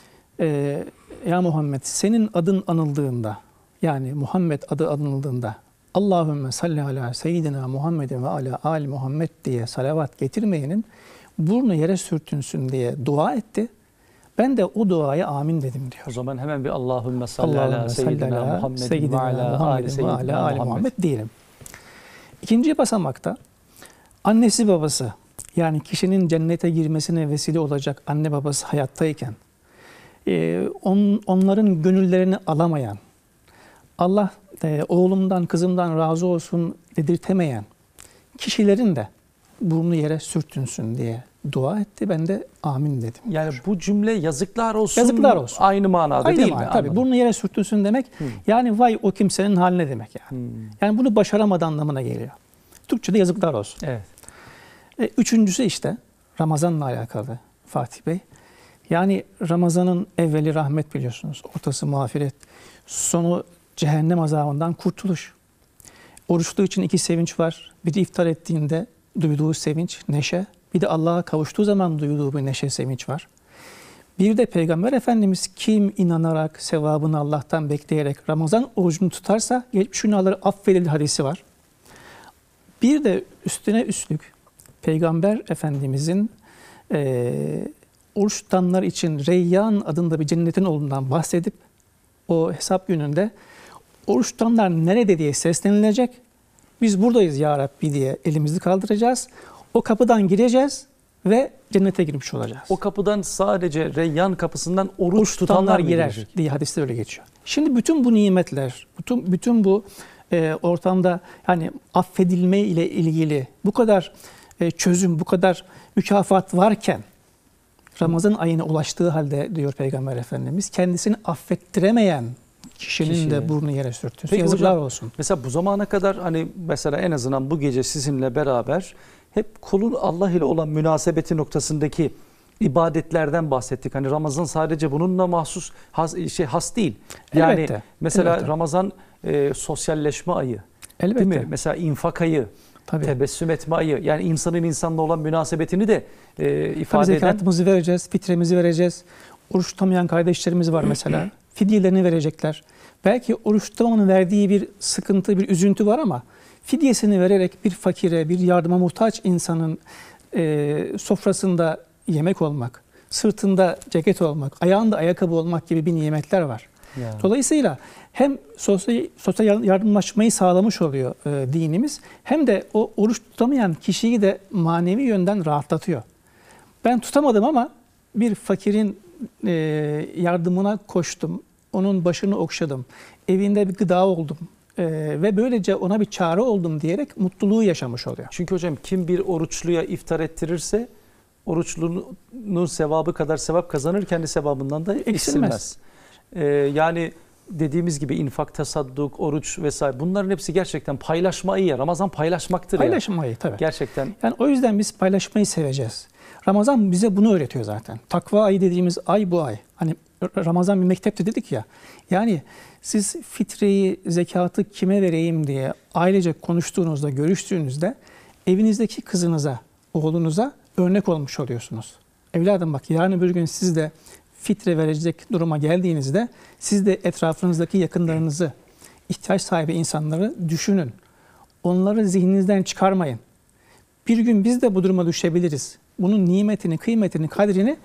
e, ya Muhammed, senin adın anıldığında, yani Muhammed adı anıldığında Allahümme salli ala seyyidina Muhammedin ve ala ali Muhammed diye salavat getirmeyenin burnu yere sürtünsün diye dua etti. Ben de o duaya amin dedim diyor. O zaman hemen bir Allahümme salli ala Allahümme salli seyyidina ala Muhammedin ve seyyidina ala ali Muhammedin ve seyyidina ala ali Muhammed. Muhammed diyelim. İkinci basamakta annesi babası, yani kişinin cennete girmesine vesile olacak anne babası hayattayken e, on, onların gönüllerini alamayan, Allah e, oğlumdan kızımdan razı olsun dedirtemeyen kişilerin de burnu yere sürtünsün diye dua etti. Ben de amin dedim. Yani bu cümle yazıklar olsun, Yazıklar olsun. aynı manada Aynı değil manada, mi? tabii. Anladım. Burnu yere sürtünsün demek, Hı. yani vay o kimsenin haline demek yani. Hmm. Yani bunu başaramadı anlamına geliyor. Türkçe'de yazıklar olsun. Evet. E, üçüncüsü işte Ramazan'la alakalı Fatih Bey. Yani Ramazan'ın evveli rahmet biliyorsunuz. Ortası mağfiret. Sonu cehennem azabından kurtuluş. Oruçlu için iki sevinç var. Biri iftar ettiğinde duyduğu sevinç, neşe. Bir de Allah'a kavuştuğu zaman duyduğu bir neşe, sevinç var. Bir de Peygamber Efendimiz kim inanarak, sevabını Allah'tan bekleyerek Ramazan orucunu tutarsa geçmiş günahları affedilir hadisi var. Bir de üstüne üstlük Peygamber Efendimizin e, oruç tutanlar için Reyyan adında bir cennetin olduğundan bahsedip o hesap gününde oruç tutanlar nerede diye seslenilecek. Biz buradayız ya Rabbi diye elimizi kaldıracağız. O kapıdan gireceğiz ve cennete girmiş olacağız. O kapıdan sadece Reyyan kapısından oruç, Oruç tutanlar, tutanlar mı girer girecek? diye hadiste öyle geçiyor. Şimdi bütün bu nimetler, bütün, bütün bu e, ortamda yani affedilme ile ilgili bu kadar e, çözüm, bu kadar mükafat varken Ramazan ayına ulaştığı halde diyor Peygamber Efendimiz, kendisini affettiremeyen kişinin Kişiye. de burnu yere sürtünsün. Peki Yazıklar hocam, olsun. Mesela bu zamana kadar hani mesela en azından bu gece sizinle beraber hep kulun Allah ile olan münasebeti noktasındaki ibadetlerden bahsettik. Hani Ramazan sadece bununla mahsus has, şey has değil. Yani Elbette, mesela elbette. Ramazan e, sosyalleşme ayı. Elbette. Değil mi? Mesela infak ayı, Tabii. tebessüm etme ayı. Yani insanın insanla olan münasebetini de e, Tabii ifade eden. zekatımızı vereceğiz, fitremizi vereceğiz. Oruç tutamayan kardeşlerimiz var mesela. Fidyelerini verecekler. Belki oruç tutamanın verdiği bir sıkıntı, bir üzüntü var ama fidyesini vererek bir fakire, bir yardıma muhtaç insanın e, sofrasında yemek olmak, sırtında ceket olmak, ayağında ayakkabı olmak gibi bir nimetler var. Ya. Dolayısıyla hem sosyal, sosyal yardımlaşmayı sağlamış oluyor e, dinimiz, hem de o oruç tutamayan kişiyi de manevi yönden rahatlatıyor. Ben tutamadım ama bir fakirin e, yardımına koştum, onun başını okşadım, evinde bir gıda oldum e, ve böylece ona bir çare oldum diyerek mutluluğu yaşamış oluyor. Çünkü hocam kim bir oruçluya iftar ettirirse oruçlunun sevabı kadar sevap kazanır, kendi sevabından da eksilmez. Eksilmez. Ee, yani dediğimiz gibi infak, tasadduk, oruç vesaire bunların hepsi gerçekten paylaşma ayı. Ramazan paylaşmaktır. Paylaşmayı ya. tabii. Gerçekten. Yani o yüzden biz paylaşmayı seveceğiz. Ramazan bize bunu öğretiyor zaten. Takva ayı dediğimiz ay bu ay. Hani Ramazan bir mektepti dedik ya. Yani siz fitreyi, zekatı kime vereyim diye ailece konuştuğunuzda, görüştüğünüzde evinizdeki kızınıza, oğlunuza örnek olmuş oluyorsunuz. Evladım bak, yarın öbür gün siz de fitre verecek duruma geldiğinizde siz de etrafınızdaki yakınlarınızı, ihtiyaç sahibi insanları düşünün. Onları zihninizden çıkarmayın. Bir gün biz de bu duruma düşebiliriz. Bunun nimetini, kıymetini, kadrini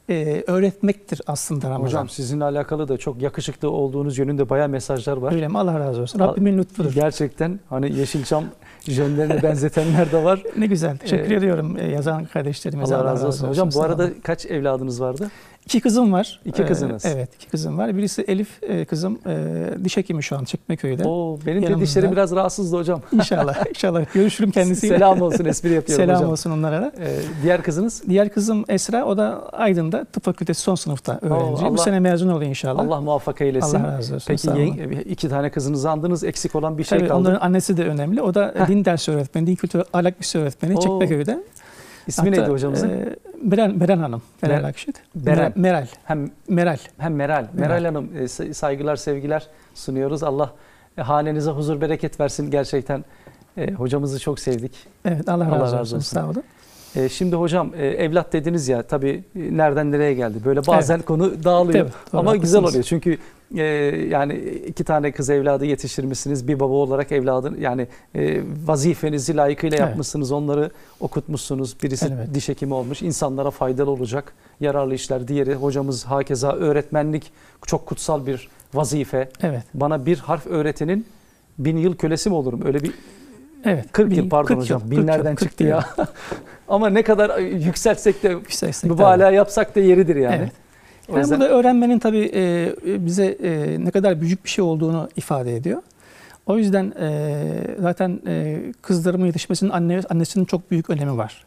e, öğretmektir aslında Ramazan. Hocam sizinle alakalı da çok yakışıklı olduğunuz yönünde bayağı mesajlar var. Öyle mi? Allah razı olsun. Rabbimin lütfudur. Gerçekten hani Yeşilçam jenlerine benzetenler de var. Ne güzel. Teşekkür Ee, ediyorum yazan kardeşlerimize. Allah razı olsun. Hocam bu Sağ arada olun. kaç evladınız vardı? İki kızım var. İki kızınız. Ee, evet, iki kızım var. Birisi Elif e, kızım e, diş hekimi şu an Çekmeköy'de. Oo, benim de Yanımızda. dişlerim biraz rahatsızdı hocam. İnşallah. İnşallah. Görüşürüm kendisiyle. Selam olsun, espri yapıyorum Selam hocam. olsun onlara da. Ee, diğer kızınız? Diğer kızım Esra, o da Aydın'da tıp fakültesi son sınıfta öğrenci. Allah- Bu sene mezun oluyor inşallah. Allah muvaffak eylesin. Allah razı olsun. Peki Sağ olun. yeng- iki tane kızınızı andınız, eksik olan bir şey Tabii kaldı. onların annesi de önemli. O da Heh. din dersi öğretmeni, din kültürü ahlak bilgisi öğretmeni Oo. Çekmeköy'de. İsmi Hatta, neydi hocamızın? E, Beren, Beren Hanım. Beren Mer- Akşit. Beren. Meral. hem Meral. hem Meral. Meral, Meral. Hanım e, say- saygılar, sevgiler sunuyoruz. Allah e, hanenize huzur, bereket versin. Gerçekten e, hocamızı çok sevdik. Evet, Allah razı, Allah razı olsun. olsun. Sağ olun. E, şimdi hocam e, evlat dediniz ya, tabii e, nereden nereye geldi? Böyle bazen Evet. konu dağılıyor. Tabii, doğru, Ama güzel haklısınız. oluyor. Çünkü e, yani iki tane kız evladı yetiştirmişsiniz. Bir baba olarak evladın yani e, vazifenizi layıkıyla Evet. yapmışsınız. Onları okutmuşsunuz. Birisi Evet. diş hekimi olmuş. İnsanlara faydalı olacak. Yararlı işler. Diğeri hocamız hakeza öğretmenlik. Çok kutsal bir vazife. Evet. Bana bir harf öğretinin bin yıl kölesi mi olurum? Öyle bir Evet. kırk yıl bin- pardon kırk hocam. yıl, kırk Binlerden yıl, kırk çıktı yıl. ya. Ama ne kadar yükseltsek de Yükselsek mübalağa yapsak da yeridir yani. Evet. O Yani yüzden burada öğrenmenin tabii e, bize e, ne kadar büyük bir şey olduğunu ifade ediyor. O yüzden e, zaten e, kızlarımın yetişmesinin anne, annesinin çok büyük önemi var.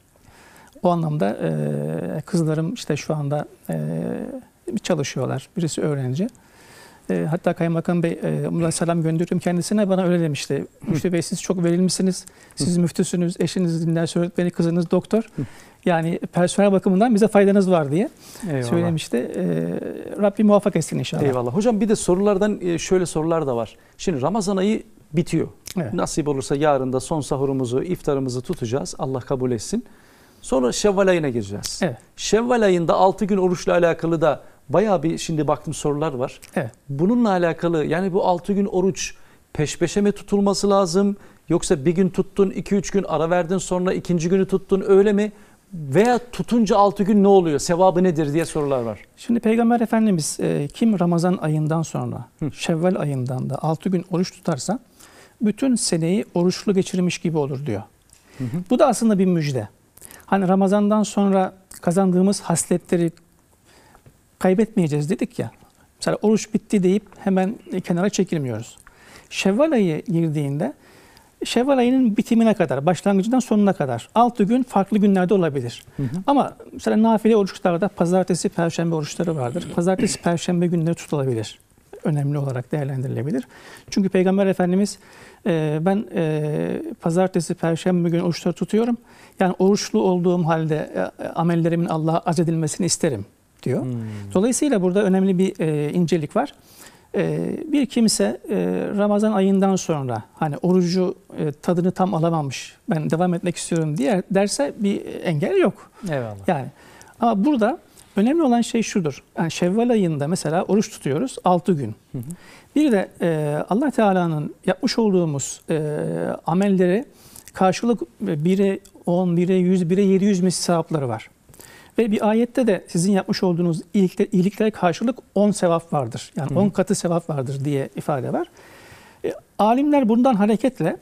O anlamda e, kızlarım işte şu anda e, çalışıyorlar. Birisi öğrenci. E, hatta Kaymakam Bey, e, ona selam gönderiyorum kendisine, bana öyle demişti. Müftü Bey, siz çok verilmişsiniz. Siz müftüsünüz, eşiniz din dersi öğretmeni, kızınız doktor. Yani personel bakımından bize faydanız var diye eyvallah. söylemişti. E, Rabbim muvaffak etsin inşallah. Eyvallah. Hocam bir de sorulardan e, şöyle sorular da var. Şimdi Ramazan ayı bitiyor. Evet. Nasip olursa yarın da son sahurumuzu, iftarımızı tutacağız. Allah kabul etsin. Sonra Şevval ayına gireceğiz. Evet. Şevval ayında altı gün oruçla alakalı da bayağı bir şimdi baktım sorular var. Evet. Bununla alakalı yani bu altı gün oruç peş peşe mi tutulması lazım? Yoksa bir gün tuttun, iki üç gün ara verdin, sonra ikinci günü tuttun, öyle mi? Veya tutunca altı gün ne oluyor? Sevabı nedir diye sorular var. Şimdi Peygamber Efendimiz e, kim Ramazan ayından sonra Şevval ayından da altı gün oruç tutarsa bütün seneyi oruçlu geçirmiş gibi olur diyor. Hı hı. Bu da aslında bir müjde. Hani Ramazan'dan sonra kazandığımız hasletleri kaybetmeyeceğiz dedik ya. Mesela oruç bitti deyip hemen kenara çekilmiyoruz. Şevval ayı girdiğinde Şevval ayının bitimine kadar, başlangıcından sonuna kadar altı gün farklı günlerde olabilir. Hı hı. Ama mesela nafile oruçlarda pazartesi, perşembe oruçları vardır. Pazartesi, perşembe günleri tutulabilir. Önemli olarak değerlendirilebilir. Çünkü Peygamber Efendimiz e, ben e, pazartesi, perşembe günü oruçları tutuyorum. Yani oruçlu olduğum halde e, amellerimin Allah'a az edilmesini isterim diyor. Hmm. Dolayısıyla burada önemli bir e, incelik var. E, bir kimse e, Ramazan ayından sonra hani orucu e, tadını tam alamamış, ben devam etmek istiyorum diye derse bir engel yok. Eyvallah. Yani ama burada önemli olan şey şudur. Yani Şevval ayında mesela oruç tutuyoruz altı gün. Hı hı. Bir de e, Allah Teala'nın yapmış olduğumuz e, amelleri karşılık bire on, bire yüz, bire yedi yüz misli sevapları var. Ve bir ayette de sizin yapmış olduğunuz iyilikler, iyiliklere karşılık on sevap vardır. Yani on katı sevap vardır diye ifade var. E, alimler bundan hareketle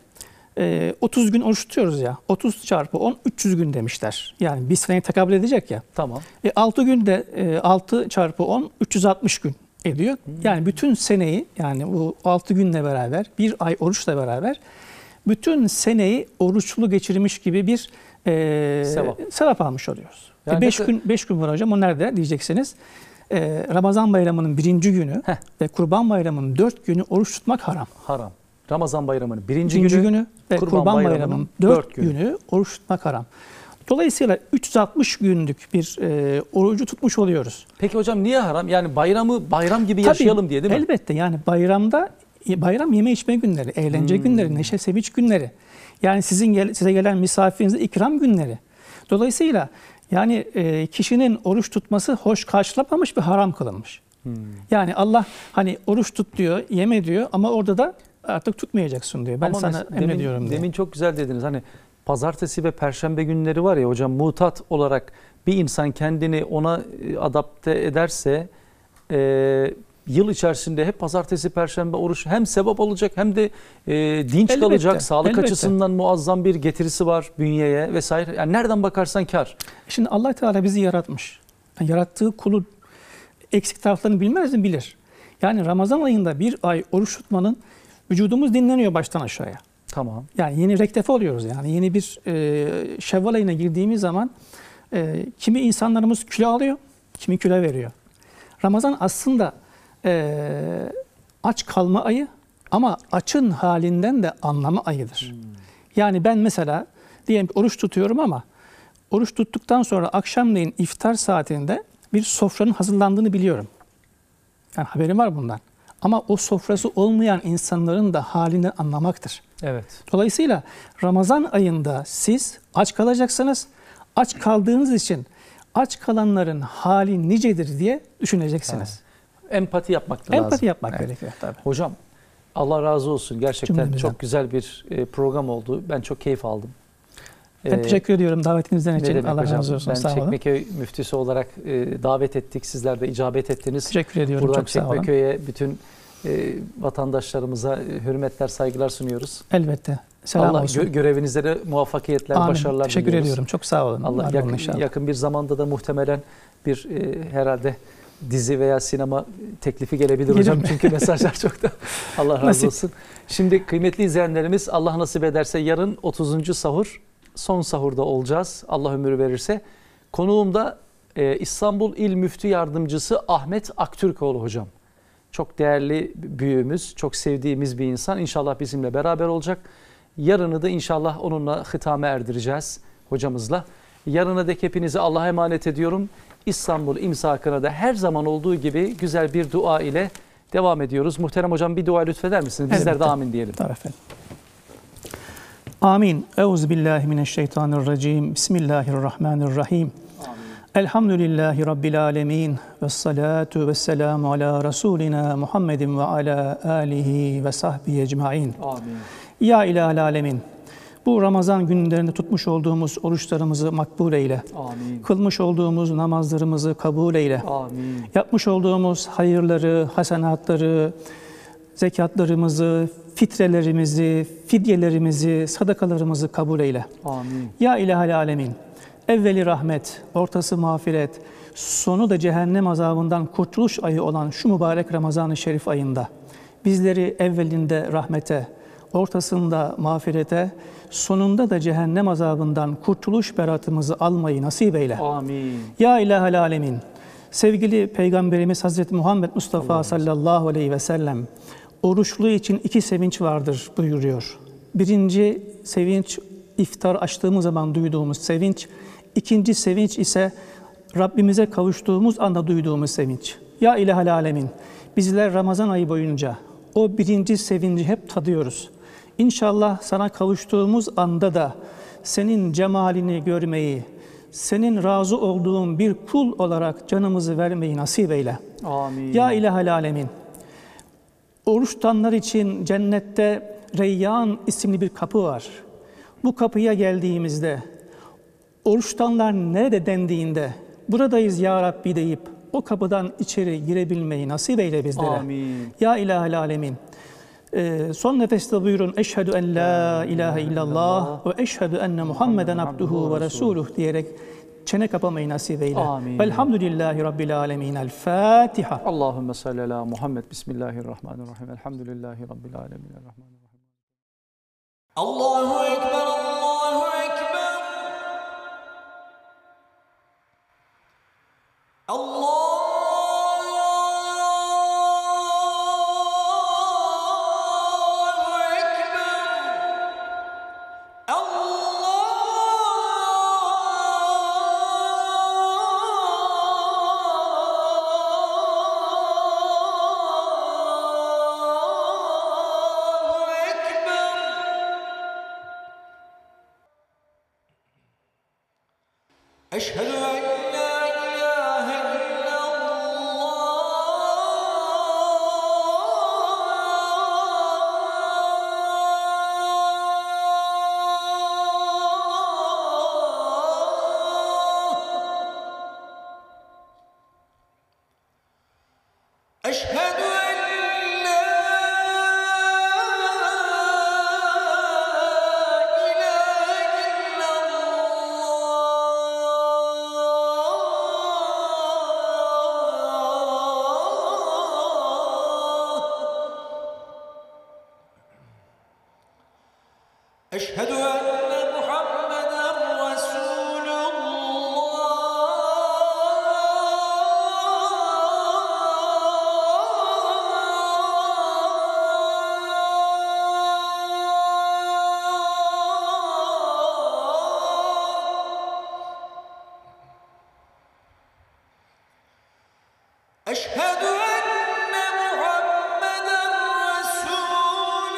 e, otuz gün oruç tutuyoruz ya. otuz çarpı on, üç yüz gün demişler. Yani bir seneye tekabül edecek ya. Tamam. E, altı günde e, altı çarpı on, üç yüz altmış gün ediyor. Yani bütün seneyi, yani bu altı günle beraber, bir ay oruçla beraber bütün seneyi oruçlu geçirmiş gibi bir e, Sevap. sevap almış oluyoruz. Yani E, beş ne- gün beş gün var hocam. O nerede diyeceksiniz? E, Ramazan bayramının birinci günü Heh. ve Kurban bayramının dört günü oruç tutmak haram. Haram. Ramazan bayramının birinci, Birinci günü, günü, ve Kurban Kurban, Bayramı'nın bayramının dört dört günü. günü oruç tutmak haram. Dolayısıyla üç yüz altmış günlük bir e, orucu tutmuş oluyoruz. Peki hocam niye haram? Yani bayramı bayram gibi Tabii, yaşayalım diye değil mi? Elbette, yani bayramda bayram yeme içme günleri, eğlence Hmm. günleri, neşe sevinç günleri. Yani sizin gel, size gelen misafirinize ikram günleri. Dolayısıyla yani e, kişinin oruç tutması hoş karşılanmamış ve haram kılınmış. Hmm. Yani Allah hani oruç tut diyor, yeme diyor ama orada da artık tutmayacaksın diyor. Ben Ama sana mes- demin, emrediyorum diyor. demin çok güzel dediniz. Hani pazartesi ve perşembe günleri var ya hocam, mutat olarak bir insan kendini ona e, adapte ederse e, yıl içerisinde hep pazartesi, perşembe oruç hem sevap olacak hem de e, dinç Elbette, kalacak. Sağlık elbette. açısından muazzam bir getirisi var bünyeye vesaire. Yani nereden bakarsan kar. Şimdi Allah Teala bizi yaratmış. Yani yarattığı kulu eksik taraflarını bilmez mi? Bilir. Yani Ramazan ayında bir ay oruç tutmanın vücudumuz dinleniyor baştan aşağıya. Tamam. Yani yeni rektefe oluyoruz yani. Yeni bir e, Şevval ayına girdiğimiz zaman e, kimi insanlarımız kilo alıyor, kimi kilo veriyor. Ramazan aslında e, aç kalma ayı ama açın halinden de anlama ayıdır. Hmm. Yani ben mesela diyelim ki oruç tutuyorum ama oruç tuttuktan sonra akşamleyin iftar saatinde bir sofranın hazırlandığını biliyorum. Yani haberim var bundan. Ama o sofrası olmayan insanların da halinden anlamaktır. Evet. Dolayısıyla Ramazan ayında siz aç kalacaksınız. Aç kaldığınız için aç kalanların hali nicedir diye düşüneceksiniz. Evet. Empati yapmak da Empati lazım. Empati yapmak evet. gerekiyor tabii. Hocam Allah razı olsun. Gerçekten Cümlemizden. çok güzel bir program oldu. Ben çok keyif aldım. Ben ee, teşekkür ediyorum davetinizden için. Allah hocam? razı olsun. Ben sağ olun. Çekmeköy müftüsü olarak e, davet ettik. Sizler de icabet ettiniz. Teşekkür ediyorum. Buradan çok sağ olun. Çekmeköy'e bütün e, vatandaşlarımıza hürmetler, saygılar sunuyoruz. Elbette. Selam Allah olsun. Gö- görevinizde de muvaffakiyetler, Amin. başarılar Teşekkür diliyoruz. ediyorum. Çok sağ olun. Allah yakın, yakın bir zamanda da muhtemelen bir e, herhalde dizi veya sinema teklifi gelebilir Gelir hocam. mi? Çünkü mesajlar çok da Allah razı Nasip. olsun. Şimdi kıymetli izleyenlerimiz, Allah nasip ederse yarın otuzuncu sahur, son sahurda olacağız. Allah ömür verirse. Konuğum da e, İstanbul İl Müftü Yardımcısı Ahmet Aktürkoğlu hocam. Çok değerli büyüğümüz, çok sevdiğimiz bir insan. İnşallah bizimle beraber olacak. Yarını da inşallah onunla hitame erdireceğiz hocamızla. Yarına dek hepinizi Allah'a emanet ediyorum. İstanbul imsakına da her zaman olduğu gibi güzel bir dua ile devam ediyoruz. Muhterem hocam bir dua lütfeder misiniz? Bizler Elbette. de amin diyelim. Tabii efendim. Amin. Euzubillahimineşşeytanirracim. Bismillahirrahmanirrahim. Elhamdülillahi Rabbil alemin. Vessalatu vesselamu ala Resulina Muhammedin ve ala alihi ve sahbihi ecmain. Amin. Ya ilahel alemin. Bu Ramazan günlerinde tutmuş olduğumuz oruçlarımızı makbul eyle. Amin. Kılmış olduğumuz namazlarımızı kabul eyle. Amin. Yapmış olduğumuz hayırları, hasenatları, zekatlarımızı, fitrelerimizi, fidyelerimizi, sadakalarımızı kabul eyle. Amin. Ya ilahel alemin. Evveli rahmet, ortası mağfiret, sonu da cehennem azabından kurtuluş ayı olan şu mübarek Ramazan-ı Şerif ayında bizleri evvelinde rahmete, ortasında mağfirete, sonunda da cehennem azabından kurtuluş beratımızı almayı nasip eyle. Amin. Ya ilahel alemin. Sevgili Peygamberimiz Hazreti Muhammed Mustafa Allah sallallahu aleyhi ve sellem oruçlu için iki sevinç vardır buyuruyor. Birinci sevinç iftar açtığımız zaman duyduğumuz sevinç. İkinci sevinç ise Rabbimize kavuştuğumuz anda duyduğumuz sevinç. Ya ilahel alemin. Bizler Ramazan ayı boyunca o birinci sevinci hep tadıyoruz. İnşallah sana kavuştuğumuz anda da senin cemalini görmeyi, senin razı olduğun bir kul olarak canımızı vermeyi nasip eyle. Amin. Ya ilahel alemin. Oruç tutanlar için cennette Reyyan isimli bir kapı var. Bu kapıya geldiğimizde, oruç tutanlar nerede dendiğinde, buradayız ya Rabbi deyip o kapıdan içeri girebilmeyi nasip eyle bizlere. Amin. Ya ilahel alemin. Ee, son nefeste buyurun eşhedü en la ilahe illallah ve eşhedü enne Muhammeden abduhu ve resuluh diyerek çene kapamayı nasip eyle. Amin. Velhamdülillahi Rabbil alemin. El Fatiha. Allahümme salli ala Muhammed. Bismillahirrahmanirrahim. Elhamdülillahi Rabbil alemin. Errahmanirrahim. Allahu Ekber, Allahu Ekber. Allah. أشهد أن لا إله إلا أشهد أن محمدا رسول الله أشهد أن محمدا رسول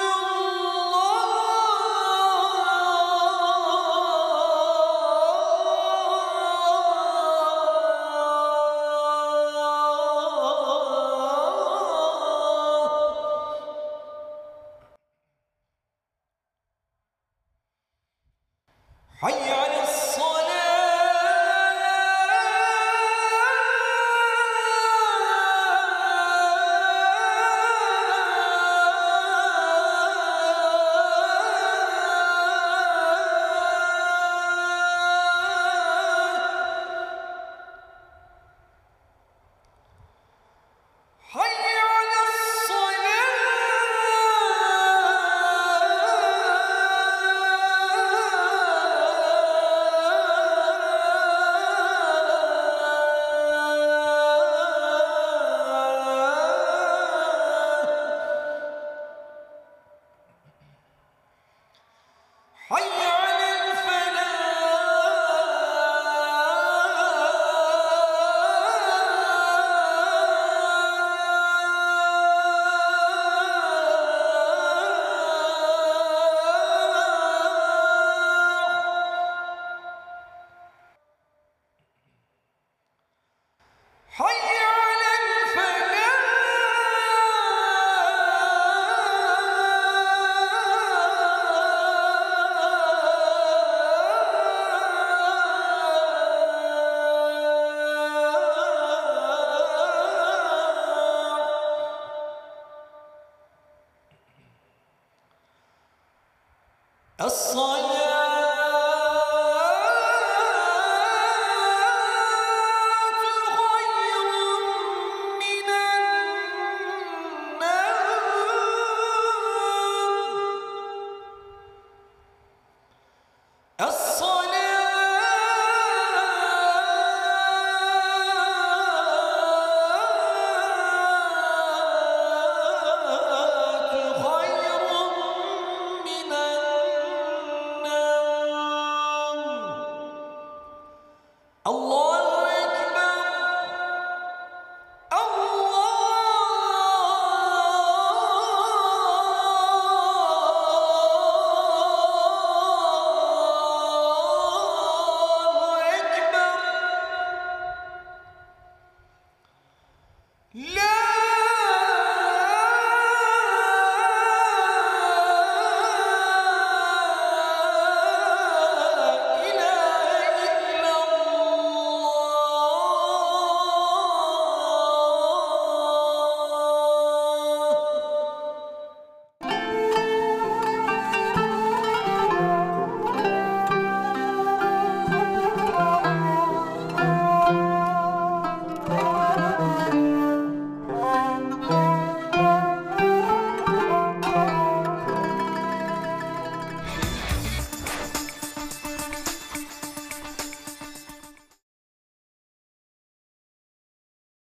الله حي على حي على الصلاة حي على الفلاح حي على الفلاح الصلاة